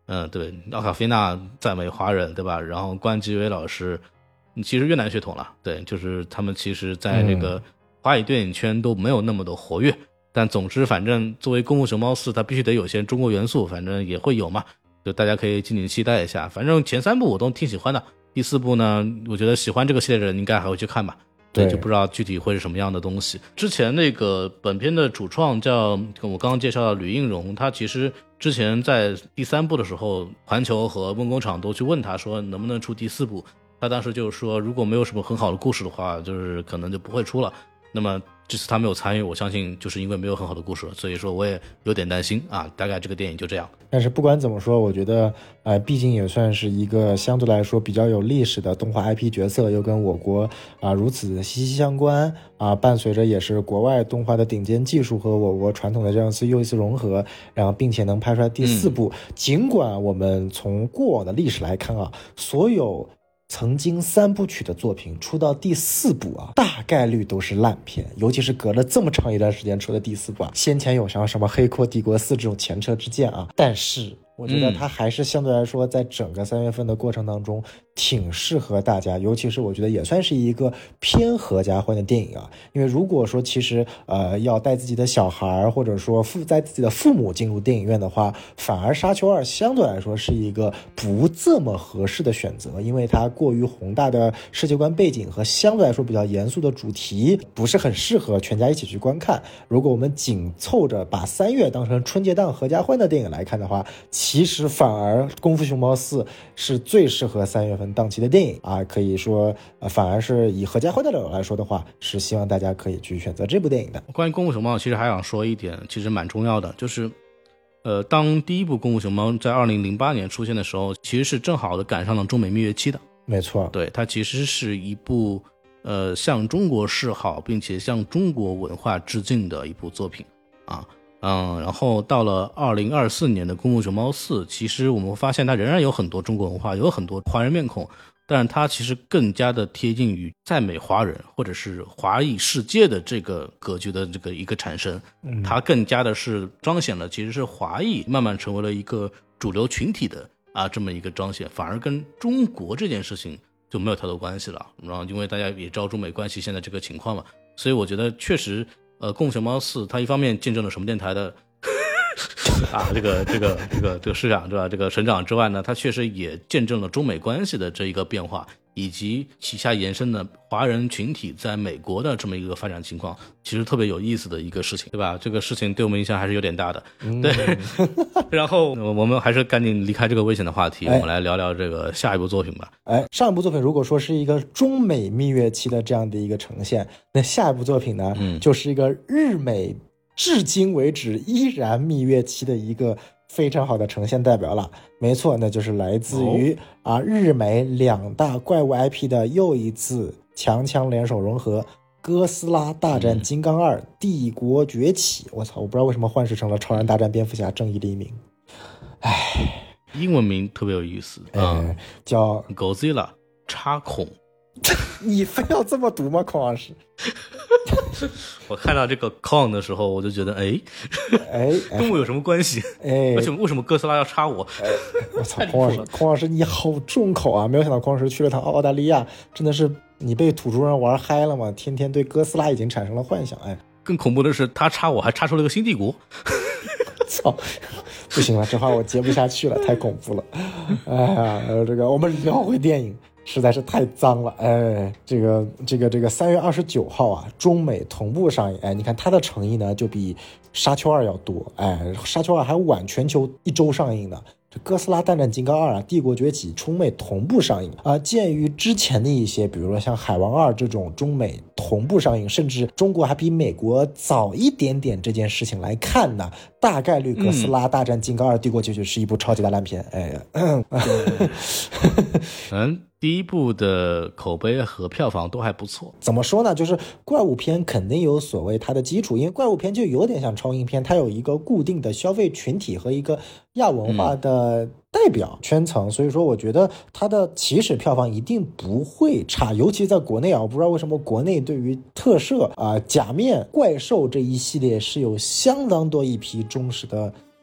对，奥卡菲娜赞美华人，对吧？然后关继威老师其实越南血统了，对，就是他们其实在那个华语电影圈都没有那么的活跃，但总之反正作为功夫熊猫4它必须得有些中国元素，反正也会有嘛，就大家可以敬请期待一下。反正前3部我都挺喜欢的，第4部呢我觉得喜欢这个系列的人应该还会去看吧，对，就不知道具体会是什么样的东西。之前那个本片的主创叫我刚刚介绍的吕应荣，他其实之前在第3部的时候，环球和梦工厂都去问他说能不能出第4部，他当时就说如果没有什么很好的故事的话，就是可能就不会出了。那么这次他没有参与，我相信就是因为没有很好的故事，所以说我也有点担心啊。大概这个电影就这样。 但是不管怎么说，我觉得毕竟也算是一个相对来说比较有历史的动画 IP 角色，又跟我国如此息息相关伴随着也是国外动画的顶尖技术和我国传统的这样又一次融合，然后并且能拍出来第4部。尽管我们从过往的历史来看所有曾经3部曲的作品出到第4部大概率都是烂片，尤其是隔了这么长一段时间出的第4部先前有像什么黑阔帝国4这种前车之鉴但是我觉得它还是相对来说在整个3月份的过程当中挺适合大家，尤其是我觉得也算是一个偏合家欢的电影因为如果说其实要带自己的小孩或者说带自己的父母进入电影院的话，反而沙丘2相对来说是一个不这么合适的选择，因为它过于宏大的世界观背景和相对来说比较严肃的主题不是很适合全家一起去观看。如果我们紧凑着把3月当成春节档合家欢的电影来看的话，其实反而功夫熊猫4是最适合3月份档期的电影可以说反而是以合家欢的角度来说的话，是希望大家可以去选择这部电影的。 关于功夫熊猫其实还想说一点其实蛮重要的，就是当第1部功夫熊猫在2008年出现的时候，其实是正好的赶上了中美蜜月期的。 没错， 对，它其实是一部向中国示好并且向中国文化致敬的一部作品然后到了2024年的功夫熊猫4，其实我们发现它仍然有很多中国文化，有很多华人面孔，但是它其实更加的贴近于在美华人或者是华裔世界的这个格局的这个一个产生，它更加的是彰显了其实是华裔慢慢成为了一个主流群体的这么一个彰显，反而跟中国这件事情就没有太多关系了。然后因为大家也知道中美关系现在这个情况嘛，所以我觉得确实功夫熊猫4它一方面见证了什么电台的这个市场对吧？这个成长之外呢，它确实也见证了中美关系的这一个变化，以及旗下延伸的华人群体在美国的这么一个发展情况，其实特别有意思的一个事情，对吧？这个事情对我们影响还是有点大的。对，然后我们还是赶紧离开这个危险的话题，我们来聊聊这个下一部作品吧。 上一部作品如果说是一个中美蜜月期的这样的一个呈现，那下一部作品呢，就是一个日美至今为止依然蜜月期的一个非常好的呈现代表了。没错，那就是来自于日美2大怪物 IP 的又一次强强联手融合，哥斯拉大战金刚2帝国崛起。我操，我不知道为什么幻视成了超人大战蝙蝠侠正义黎明。 英文名特别有意思叫 Godzilla 插孔。 你非要这么读吗，孔老师？ 我看到这个 Kong 的时候，我就觉得跟我有什么关系？为什么哥斯拉要插我？ 我操，孔老师你好重口没有想到孔老师去了趟澳大利亚，真的是你被土著人玩嗨了吗？天天对哥斯拉已经产生了幻想。 更恐怖的是他插我还插出了个新帝国。 操，不行了，这话我接不下去了，太恐怖了。这个我们聊回电影。实在是太脏了。这个3月29号中美同步上映。你看它的诚意呢就比沙丘2要多。沙丘2还晚全球1周上映的。这哥斯拉大战金刚2帝国崛起中美同步上映鉴于之前的一些比如说像海王2这种中美同步上映，甚至中国还比美国早一点点这件事情来看呢，大概率哥斯拉大战金刚2帝国崛起是一部超级大烂片。 第1部的口碑和票房都还不错。 怎么说呢，就是怪物片肯定有所谓它的基础，因为怪物片就有点像超英片，它有一个固定的消费群体和一个亚文化的代表圈层，所以说我觉得它的起始票房一定不会差，尤其在国内我不知道为什么国内对于特摄假面怪兽这一系列是有相当多一批忠实的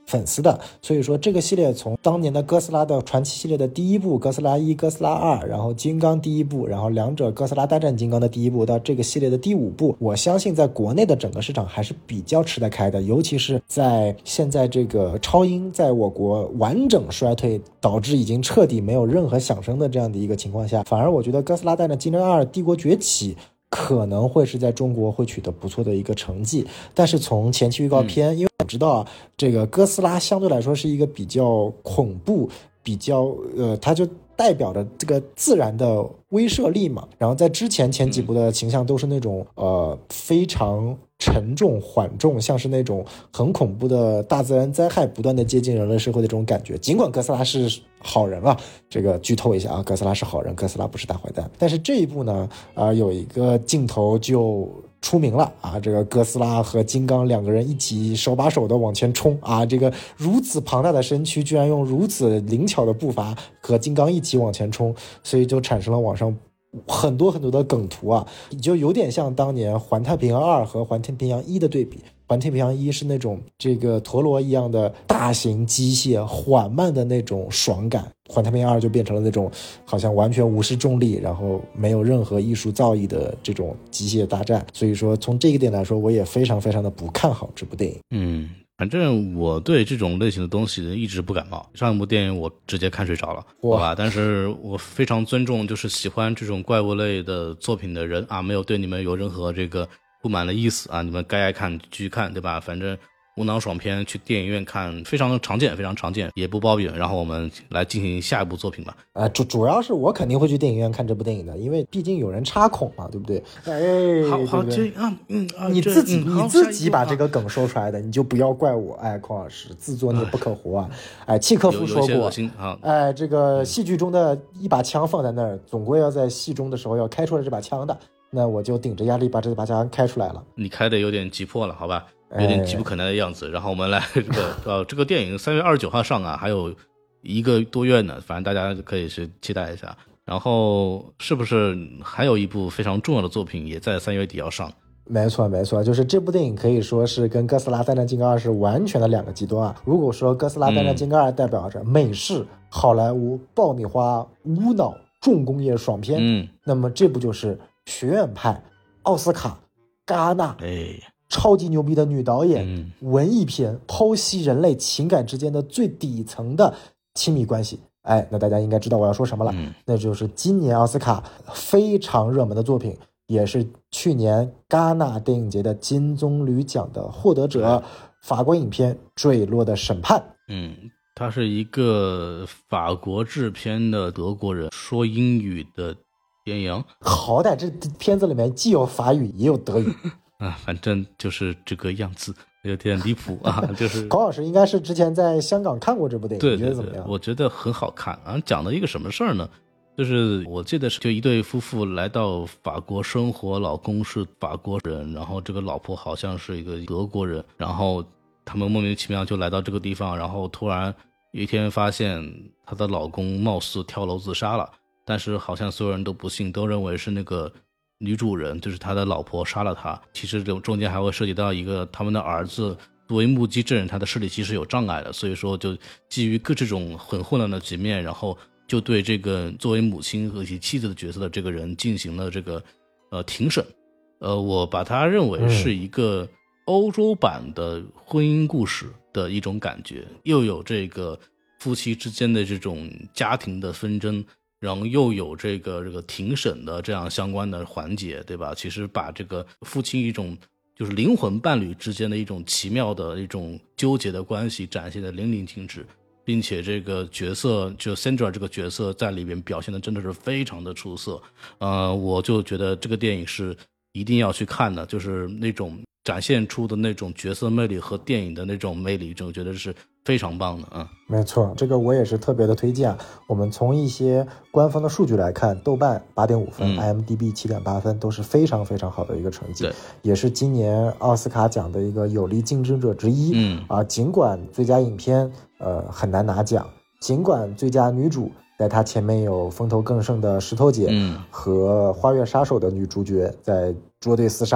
粉丝的。所以说这个系列从当年的哥斯拉的传奇系列的第一部哥斯拉1、哥斯拉2，然后金刚第一部，然后两者哥斯拉大战金刚的第一部，到这个系列的第5部，我相信在国内的整个市场还是比较吃得开的，尤其是在现在这个超英在我国完整衰退，导致已经彻底没有任何响声的这样的一个情况下，反而我觉得哥斯拉大战金刚2帝国崛起可能会是在中国会取得不错的一个成绩。但是从前期预告片，因为我知道这个哥斯拉相对来说是一个比较恐怖，比较它就代表着这个自然的威慑力嘛。然后在之前前几部的形象都是那种非常沉重缓重，像是那种很恐怖的大自然灾害不断的接近人类社会的这种感觉。尽管哥斯拉是好人啊，这个剧透一下啊，哥斯拉是好人，哥斯拉不是大坏蛋。但是这一部呢有一个镜头就出名了啊，这个哥斯拉和金刚两个人一起手把手的往前冲啊，这个如此庞大的身躯居然用如此灵巧的步伐和金刚一起往前冲，所以就产生了网上很多很多的梗图啊，就有点像当年环太平洋2和环太平洋1的对比。环太平洋1是那种这个陀螺一样的大型机械缓慢的那种爽感，环太平洋2就变成了那种好像完全无视重力，然后没有任何艺术造诣的这种机械大战。所以说从这一点来说，我也非常非常的不看好这部电影。 反正我对这种类型的东西一直不感冒，上一部电影我直接看睡着了，好吧？但是我非常尊重就是喜欢这种怪物类的作品的人啊，没有对你们有任何这个不满的意思啊，你们该爱看继续看，对吧？反正无脑爽片去电影院看非常的常见，非常常见，也不褒贬。然后我们来进行下一部作品吧。 主要是我肯定会去电影院看这部电影的，因为毕竟有人插孔嘛，对不对？ 好， 你自己把这个梗说出来的，你就不要怪我。邝老师自作孽不可活啊！契诃夫说过，这个戏剧中的一把枪放在那儿，总归要在戏中的时候要开出来这把枪的。那我就顶着压力把这把枪开出来了。 你开的有点急迫了，好吧？有点急不可耐的样子。然后我们来这个电影3月29号上啊，还有1个多月呢，反正大家可以去期待一下。然后是不是还有一部非常重要的作品也在3月底要上？ 没错，就是这部电影可以说是跟哥斯拉大战金刚2是完全的两个极端啊。如果说哥斯拉大战金刚2代表着美式好莱坞爆米花无脑重工业爽片，那么这部就是学院派奥斯卡戛纳超级牛逼的女导演文艺片，剖析人类情感之间的最底层的亲密关系。那大家应该知道我要说什么了，那就是今年奥斯卡非常热门的作品，也是去年戛纳电影节的金棕榈奖的获得者，法国影片《坠落的审判》。 他是一个法国制片的德国人，说英语的电影。 好歹这片子里面既有法语也有德语反正就是这个样子，有点离谱啊！就是高老师应该是之前在香港看过这部电影， 对， 你觉得怎么样？ 我觉得很好看啊！讲了一个什么事儿呢？就是我记得是就一对夫妇来到法国生活，老公是法国人，然后这个老婆好像是一个德国人，然后他们莫名其妙就来到这个地方，然后突然有一天发现她的老公貌似跳楼自杀了，但是好像所有人都不信，都认为是那个女主人，就是他的老婆杀了他。其实中间还会涉及到一个他们的儿子作为目击证人，他的视力其实有障碍的，所以说就基于各这种很混乱的局面，然后就对这个作为母亲和其妻子的角色的这个人进行了这个庭审。我把它认为是一个欧洲版的婚姻故事的一种感觉，又有这个夫妻之间的这种家庭的纷争，然后又有这个庭审的这样相关的环节，对吧？其实把这个夫妻一种就是灵魂伴侣之间的一种奇妙的一种纠结的关系展现的淋漓尽致，并且这个角色就 Sandra 这个角色在里边表现的真的是非常的出色。我就觉得这个电影是一定要去看的，就是那种展现出的那种角色魅力和电影的那种魅力，我觉得是非常棒的。 没错，这个我也是特别的推荐。我们从一些官方的数据来看，豆瓣8.5分，IMDB 7.8分，都是非常非常好的一个成绩，也是今年奥斯卡奖的一个有力竞争者之一。尽管最佳影片很难拿奖，尽管最佳女主在她前面有风头更盛的石头姐和花月杀手的女主角在捉对厮杀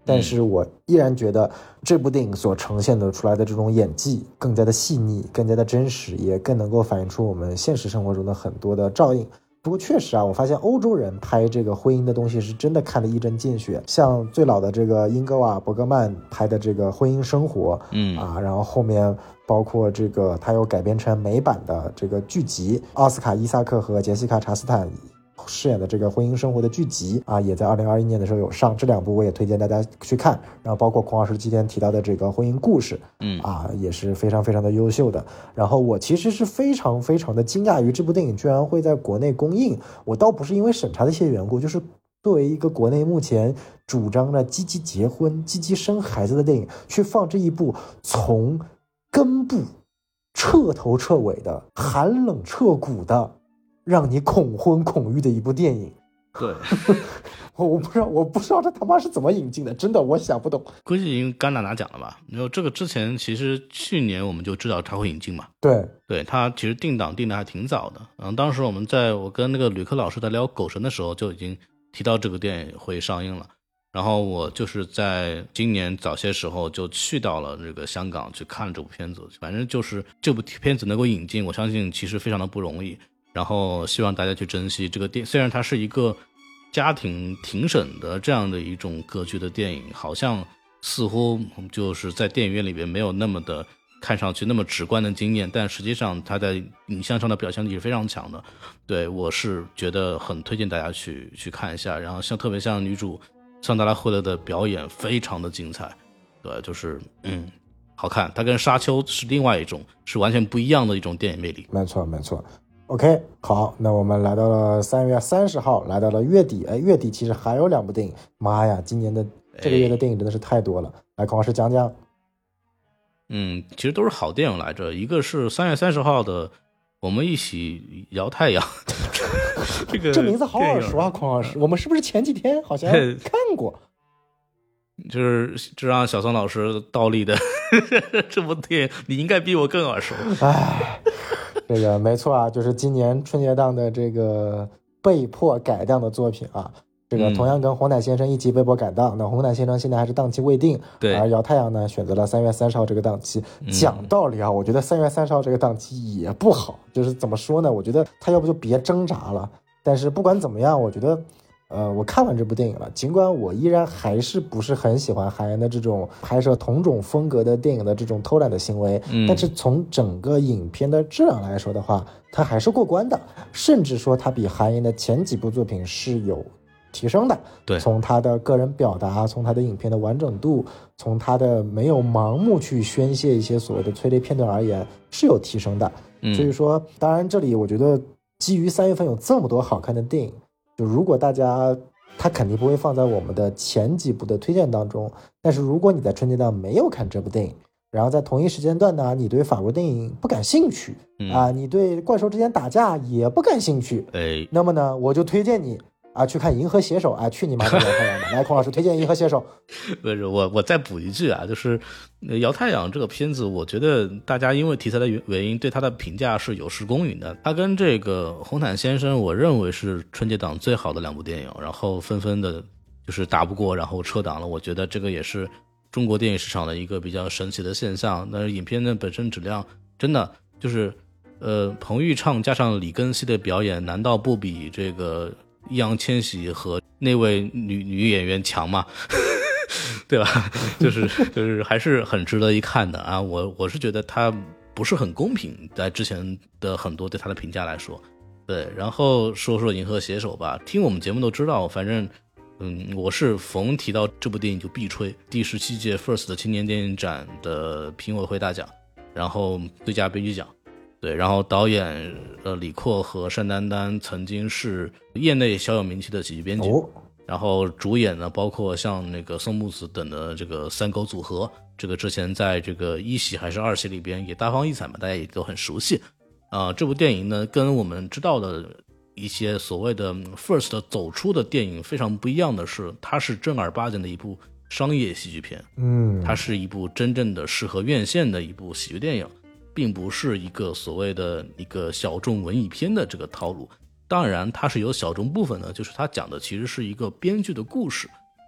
但是我依然觉得这部电影所呈现的出来的这种演技更加的细腻，更加的真实，也更能够反映出我们现实生活中的很多的照应。不过确实啊，我发现欧洲人拍这个婚姻的东西是真的看得一针见血，像最老的这个英格瓦·伯格曼拍的这个婚姻生活，然后后面包括这个他又改编成美版的这个剧集，奥斯卡·伊萨克和杰西卡·查斯坦饰演的这个婚姻生活的剧集啊，也在2021年的时候有上，这两部我也推荐大家去看。然后包括孔老师今天提到的这个婚姻故事，也是非常非常的优秀的。然后我其实是非常非常的惊讶于这部电影居然会在国内公映，我倒不是因为审查的一些缘故，就是作为一个国内目前主张着积极结婚、积极生孩子的电影，去放这一部从根部彻头彻尾的寒冷彻骨的让你恐婚恐育的一部电影。 对我不知道这他妈是怎么引进的，真的我想不懂。 估计已经戛纳拿奖了吧？然后这个之前其实去年我们就知道他会引进嘛。 对， 他其实定档定的还挺早的。然后当时我跟那个吕克老师在聊狗神的时候就已经提到这个电影会上映了。然后我就是在今年早些时候就去到了这个香港去看这部片子。反正就是这部片子能够引进，我相信其实非常的不容易。然后希望大家去珍惜这个电影，虽然它是一个家庭庭审的这样的一种格局的电影，好像似乎就是在电影院里边没有那么的看上去那么直观的经验，但实际上它在影像上的表现力是非常强的。对，我是觉得很推荐大家去看一下。然后特别像女主桑德拉·惠勒的表演非常的精彩，对，就是好看。它跟沙丘是另外一种，是完全不一样的一种电影魅力。 没错。OK， 好，那我们来到了3月30号，来到了月底。月底其实还有2部电影，妈呀，今年的这个月的电影真的是太多了。来，孔老师讲讲。 其实都是好电影来着。一个是3月30号的《我们一起摇太阳》 这名字好耳熟啊，孔老师，我们是不是前几天好像看过？ 就是这让小宋老师倒立的这部电影，你应该比我更耳熟。 这个没错啊，就是今年春节档的这个被迫改档的作品啊。这个同样跟红毯先生一起被迫改档，那红毯先生现在还是档期未定， 对， 而摇太阳呢选择了3月30号这个档期。讲道理啊，我觉得3月30号这个档期也不好，就是怎么说呢？我觉得他要不就别挣扎了。但是不管怎么样，我觉得我看完这部电影了，尽管我依然还是不是很喜欢韩延的这种拍摄同种风格的电影的这种偷懒的行为，但是从整个影片的质量来说的话，它还是过关的，甚至说它比韩延的前几部作品是有提升的。 对， 从他的个人表达，从他的影片的完整度，从他的没有盲目去宣泄一些所谓的催泪片段而言，是有提升的。所以说，当然这里我觉得基于3月份有这么多好看的电影，就如果大家他肯定不会放在我们的前几部的推荐当中，但是如果你在春节档没有看这部电影，然后在同一时间段呢，你对法国电影不感兴趣你对怪兽之间打架也不感兴趣，那么呢，我就推荐你去看《银河写手》去你妈的摇太阳吧！来，孔老师推荐《银河写手》。 不是我再补一句啊，就是摇太阳这个片子，我觉得大家因为题材的原因，对它的评价是有失公允的。它跟这个红毯先生，我认为是春节档最好的2部电影，然后纷纷的就是打不过，然后撤档了。我觉得这个也是中国电影市场的一个比较神奇的现象。那影片的本身质量真的就是彭昱畅加上李根熙的表演，难道不比这个易烊千玺和那位女演员强吗？对吧？就是还是很值得一看的啊！我是觉得他不是很公平，在之前的很多对他的评价来说。对，然后说说银河写手吧，听我们节目都知道，反正我是逢提到这部电影就必吹。第17届 FIRST 的青年电影展的评委会大奖，然后最佳编剧奖。对，然后导演李阔和单丹丹曾经是业内小有名气的喜剧编剧，然后主演呢包括像那个宋木子等的这个三狗组合，这个之前在这个1喜还是2喜里边也大放异彩嘛，大家也都很熟悉。这部电影呢跟我们知道的一些所谓的 FIRST 走出的电影非常不一样的是，它是正儿八经的一部商业喜剧片，它是一部真正的适合院线的一部喜剧电影，并不是一个所谓的一个小众文艺片的这个套路。当然它是有小众部分的，就是它讲的其实是一个编剧的故事，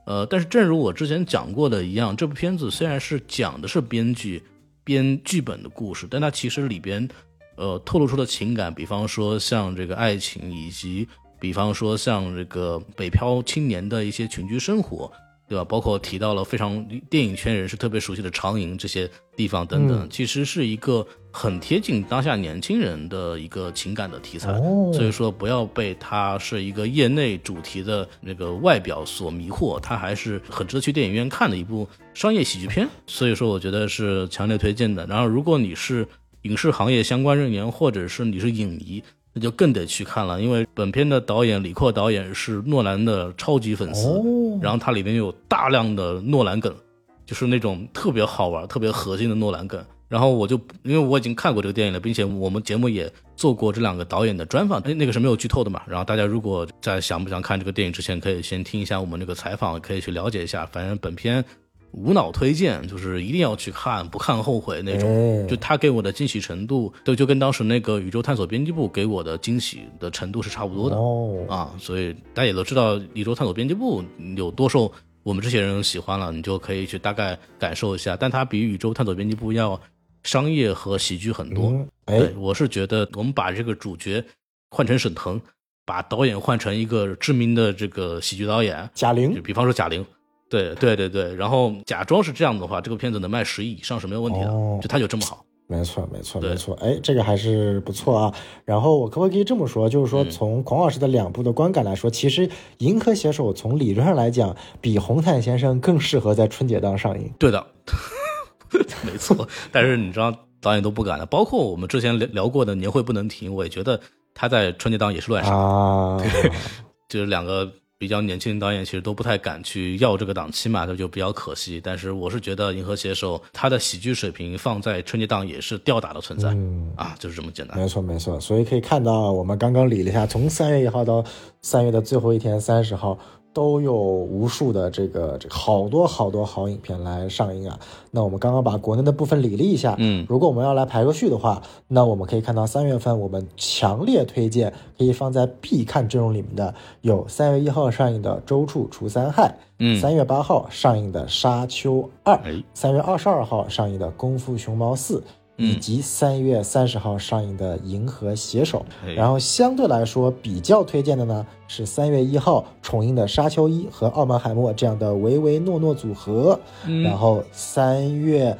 但是正如我之前讲过的一样，这部片子虽然是讲的是编剧编剧本的故事，但它其实里边透露出的情感，比方说像这个爱情，以及比方说像这个北漂青年的一些群居生活，对吧？包括提到了非常电影圈人士特别熟悉的长营这些地方等等，其实是一个很贴近当下年轻人的一个情感的题材。所以说不要被它是一个业内主题的那个外表所迷惑，它还是很值得去电影院看的一部商业喜剧片。所以说我觉得是强烈推荐的。然后如果你是影视行业相关人员，或者是你是影迷，那就更得去看了，因为本片的导演李阔导演是诺兰的超级粉丝，然后它里面有大量的诺兰梗，就是那种特别好玩特别核心的诺兰梗。然后因为我已经看过这个电影了，并且我们节目也做过这两个导演的专访，那个是没有剧透的嘛。然后大家如果在想不想看这个电影之前，可以先听一下我们那个采访，可以去了解一下。反正本片无脑推荐，就是一定要去看，不看后悔那种。就他给我的惊喜程度，就跟当时那个宇宙探索编辑部给我的惊喜的程度是差不多的。所以大家也都知道宇宙探索编辑部有多受我们这些人喜欢了，你就可以去大概感受一下。但它比宇宙探索编辑部要商业和喜剧很多。对，我是觉得我们把这个主角换成沈腾，把导演换成一个知名的这个喜剧导演贾玲， 就比方说贾玲。对，然后假装是这样的话，这个片子能卖10亿以上是没有问题的。就它就这么好。 没错，这个还是不错啊。然后我可不可以这么说，就是说从孔老师的2部的观感来说，其实《银河携手》从理论上来讲，比《红毯先生》更适合在春节档上映。 对的，没错。但是你知道导演都不敢的，包括我们之前聊过的《年会不能停》，我也觉得他在春节档也是乱上。对，就是两个比较年轻的导演其实都不太敢去要这个档期嘛，这就比较可惜。但是我是觉得《银河携手》它的喜剧水平放在春节档也是吊打的存在。就是这么简单。 没错。所以可以看到，我们刚刚理了一下，从3月1号到3月的最后一天30号，都有无数的这个好多好影片来上映啊。那我们刚刚把国内的部分理了一下，如果我们要来排个序的话，那我们可以看到3月份我们强烈推荐可以放在必看阵容里面的有3月1号上映的《周处除三害》，3月8号上映的《沙丘2》，3月22号上映的《功夫熊猫4》，以及3月30号上映的《银河携手》。然后相对来说比较推荐的呢是3月1号重映的《沙丘1》和《奥本海默》这样的唯唯诺诺组合。然后3月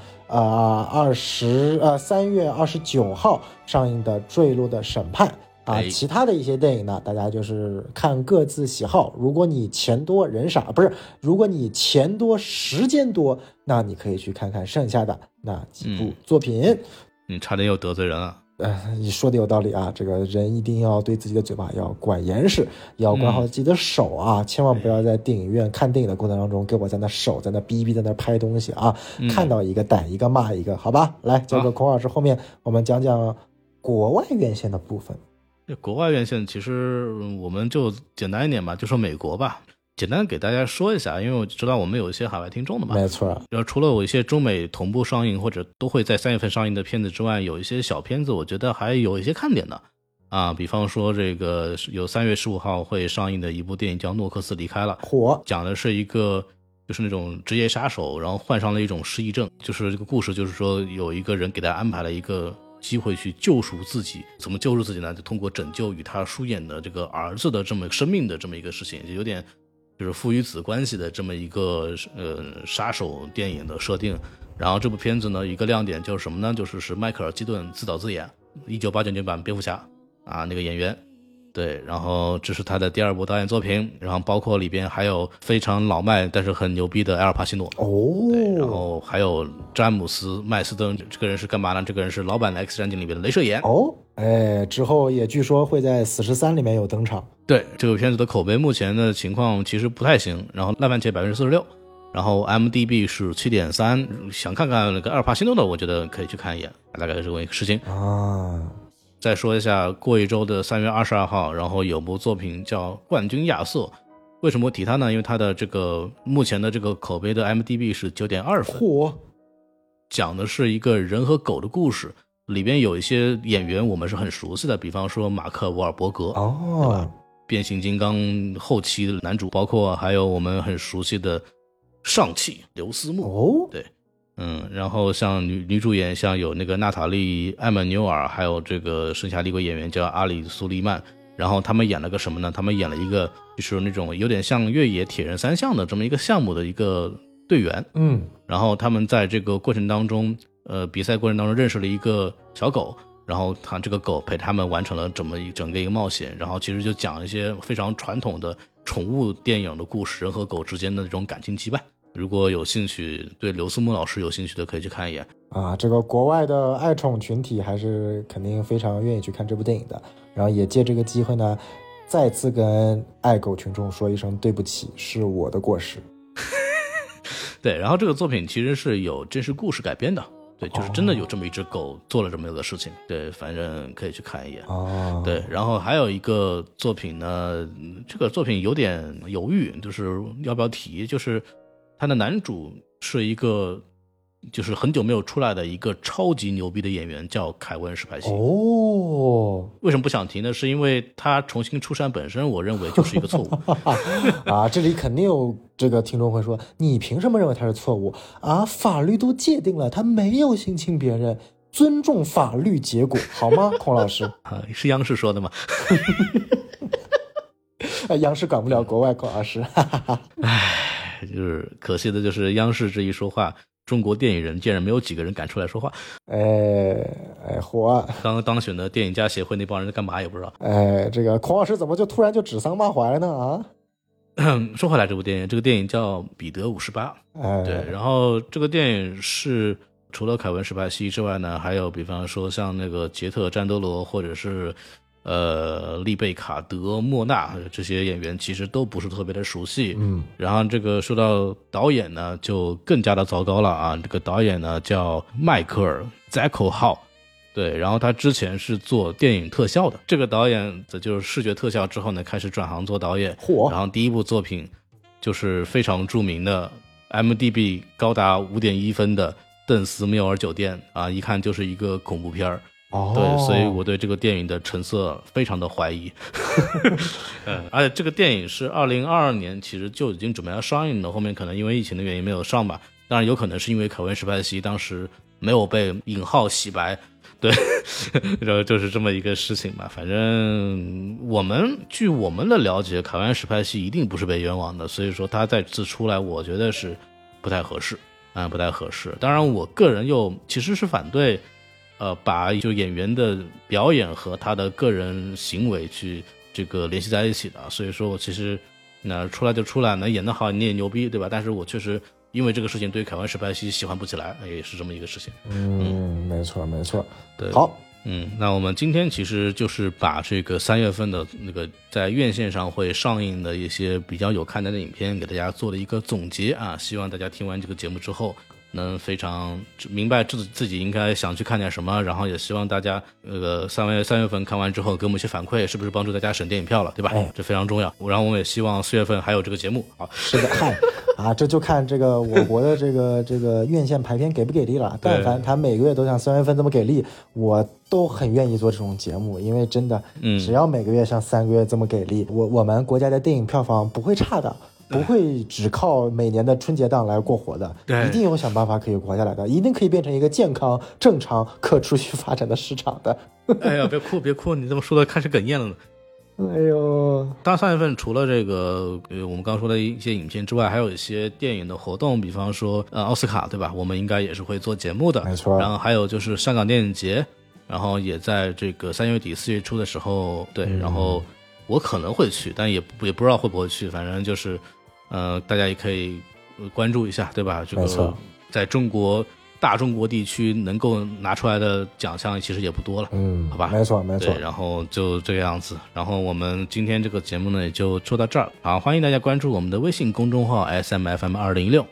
29号上映的《坠落的审判》。其他的一些电影呢，大家就是看各自喜好。如果你钱多人少，如果你钱多时间多，那你可以去看看剩下的那几部作品。 你差点又得罪人了。 你说的有道理啊，这个人一定要对自己的嘴巴要管严实，要管好自己的手啊，千万不要在电影院看电影的过程当中给我在那手在那哔哔在那拍东西啊，看到一个逮一个骂一个，好吧？来，交给孔老师，后面我们讲讲国外院线的部分。 国外院线其实我们就简单一点吧，就说美国吧，简单给大家说一下，因为我知道我们有一些海外听众的嘛。 没错。 然后除了有一些中美同步上映或者都会在3月份上映的片子之外，有一些小片子我觉得还有一些看点的比方说这个有3月15号会上映的一部电影叫《诺克斯离开了》，讲的是一个就是那种职业杀手，然后患上了一种失忆症，就是这个故事就是说有一个人给他安排了一个机会去救赎自己。怎么救赎自己呢？就通过拯救与他疏远的这个儿子的这么生命的这么一个事情，就有点就是父与子关系的这么一个杀手电影的设定。然后这部片子呢，一个亮点就是什么呢？就是迈克尔基顿自导自演1989年版蝙蝠侠那个演员。对，然后这是他的第2部导演作品，然后包括里边还有非常老迈但是很牛逼的埃尔帕西诺。对，然后还有詹姆斯麦斯登，这个人是干嘛呢？这个人是老版的 X 战警里面的镭射眼。 之后也据说会在死侍3里面有登场。 对，这个片子的口碑目前的情况其实不太行，然后烂番茄46%，然后 MDB 是 7.3， 想看看那个埃尔帕西诺的我觉得可以去看一眼，大概是这么一个事情再说一下过一周的3月22号，然后有部作品叫《冠军亚瑟》。为什么提它呢？因为它的这个目前的这个口碑的 MDB 是 9.2 分。讲的是一个人和狗的故事，里边有一些演员我们是很熟悉的，比方说马克·沃尔伯格。 变形金刚后期的男主，包括还有我们很熟悉的上汽刘思慕。 哦， 对，然后像女主演像有那个娜塔莉·艾曼纽尔，还有这个剩下的一个演员叫阿里·苏利曼。然后他们演了个什么呢？他们演了一个就是那种有点像越野铁人三项的这么一个项目的一个队员。然后他们在这个过程当中，比赛过程当中认识了一个小狗，然后这个狗陪他们完成了整个一个冒险。然后其实就讲一些非常传统的宠物电影的故事，人和狗之间的这种感情羁绊。如果有兴趣，对刘思慕老师有兴趣的，可以去看一眼啊。这个国外的爱宠群体还是肯定非常愿意去看这部电影的。然后也借这个机会呢，再次跟爱狗群众说一声对不起，是我的过失。 对，然后这个作品其实是有真实故事改编的。对，就是真的有这么一只狗做了这么一个事情。对，反正可以去看一眼。对，然后还有一个作品呢，这个作品有点犹豫，就是要不要提，就是他的男主是一个就是很久没有出来的一个超级牛逼的演员，叫凯文·史派西。为什么不想提呢？是因为他重新出山本身，我认为就是一个错误啊。这里肯定有这个听众会说，你凭什么认为他是错误啊？法律都界定了，他没有性侵别人，尊重法律结果，好吗？孔老师是央视说的吗？ 央视管不了国外，孔老师。 就是可惜的就是央视这一说话，中国电影人竟然没有几个人敢出来说话。 火！ 刚刚当选的电影家协会那帮人在干嘛也不知道。 这个孔老师怎么就突然就指桑骂槐了呢？啊？ 说回来，这个电影叫《彼得58》。对，然后这个电影是除了凯文·史派西之外呢，还有比方说像那个杰特·詹德罗或者是丽贝卡·德莫纳这些演员其实都不是特别的熟悉。然后这个说到导演呢就更加的糟糕了啊，这个导演呢叫迈克尔·扎克号。对，然后他之前是做电影特效的，这个导演则就是视觉特效之后呢开始转行做导演。然后第一部作品就是非常著名的 MDB 高达 5.1 分的邓斯缪尔酒店啊，一看就是一个恐怖片。对，所以我对这个电影的成色非常的怀疑。而且这个电影是2022年其实就已经准备要上映了，后面可能因为疫情的原因没有上吧，当然有可能是因为凯文·史派西当时没有被引号洗白。对，然后就是这么一个事情吧。反正据我们的了解，凯文·史派西一定不是被冤枉的，所以说他再次出来我觉得是不太合适。不太合适。当然我个人又其实是反对把就演员的表演和他的个人行为去这个联系在一起的，所以说我其实那出来就出来，能演得好你也牛逼，对吧？但是我确实因为这个事情对凯文·史派西喜欢不起来，也是这么一个事情。 没错没错。 对， 好， 那我们今天其实就是把这个3月份的那个在院线上会上映的一些比较有看点的影片给大家做了一个总结啊，希望大家听完这个节目之后能非常明白自己应该想去看点什么，然后也希望大家3月份看完之后给我们一些反馈，是不是帮助大家省电影票了，对吧？这非常重要。然后我们也希望4月份还有这个节目。好， 是的，这就看这个我国的这个院线排片给不给力了。但凡他每个月都像3月份这么给力，我都很愿意做这种节目，因为真的，只要每个月像3个月这么给力，我们国家的电影票房不会差的。不会只靠每年的春节档来过活的，一定有想办法可以活下来的，一定可以变成一个健康、正常、可持续发展的市场的。 哎呀，别哭，你这么说的开始哽咽了呢。 哎呦， 当然3月份除了这个我们刚说的一些影片之外，还有一些电影的活动，比方说奥斯卡，对吧？我们应该也是会做节目的， 没错。 然后还有就是香港电影节，然后也在这个3月底4月初的时候，对，然后我可能会去，但也不知道会不会去，反正就是大家也可以关注一下，对吧？这个在大中国地区能够拿出来的奖项其实也不多了，好吧？ 没错。 对，然后就这个样子。然后我们今天这个节目呢也就做到这儿。好，欢迎大家关注我们的微信公众号 SMFM2016。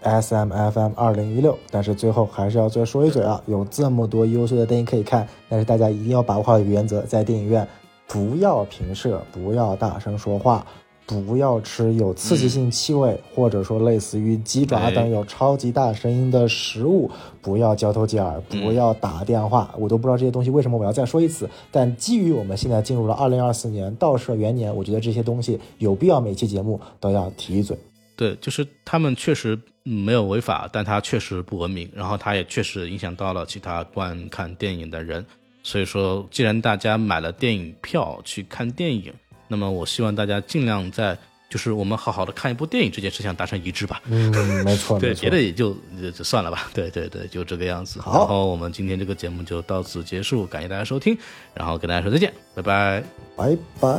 SMFM2016。但是最后还是要再说一嘴啊，有这么多优秀的电影可以看，但是大家一定要把握好一个原则，在电影院不要平射，不要大声说话。 不要吃有刺激性气味，或者说类似于鸡爪等有超级大声音的食物，不要交头接耳，不要打电话。我都不知道这些东西为什么我要再说一次，但基于我们现在进入了2024年盗摄元年，我觉得这些东西有必要每期节目都要提一嘴。 对，就是他们确实没有违法，但他确实不文明，然后他也确实影响到了其他观看电影的人。所以说既然大家买了电影票去看电影，那么我希望大家尽量在就是我们好好的看一部电影这件事情达成一致吧。 没错对，别的也就算了吧。对对对，就这个样子。然后我们今天这个节目就到此结束，感谢大家收听，然后跟大家说再见，拜拜， 拜拜。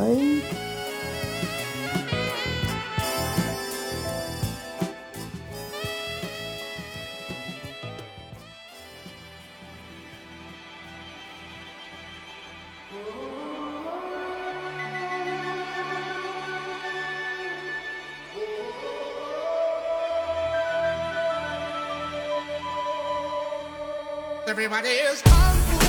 Everybody is hungry.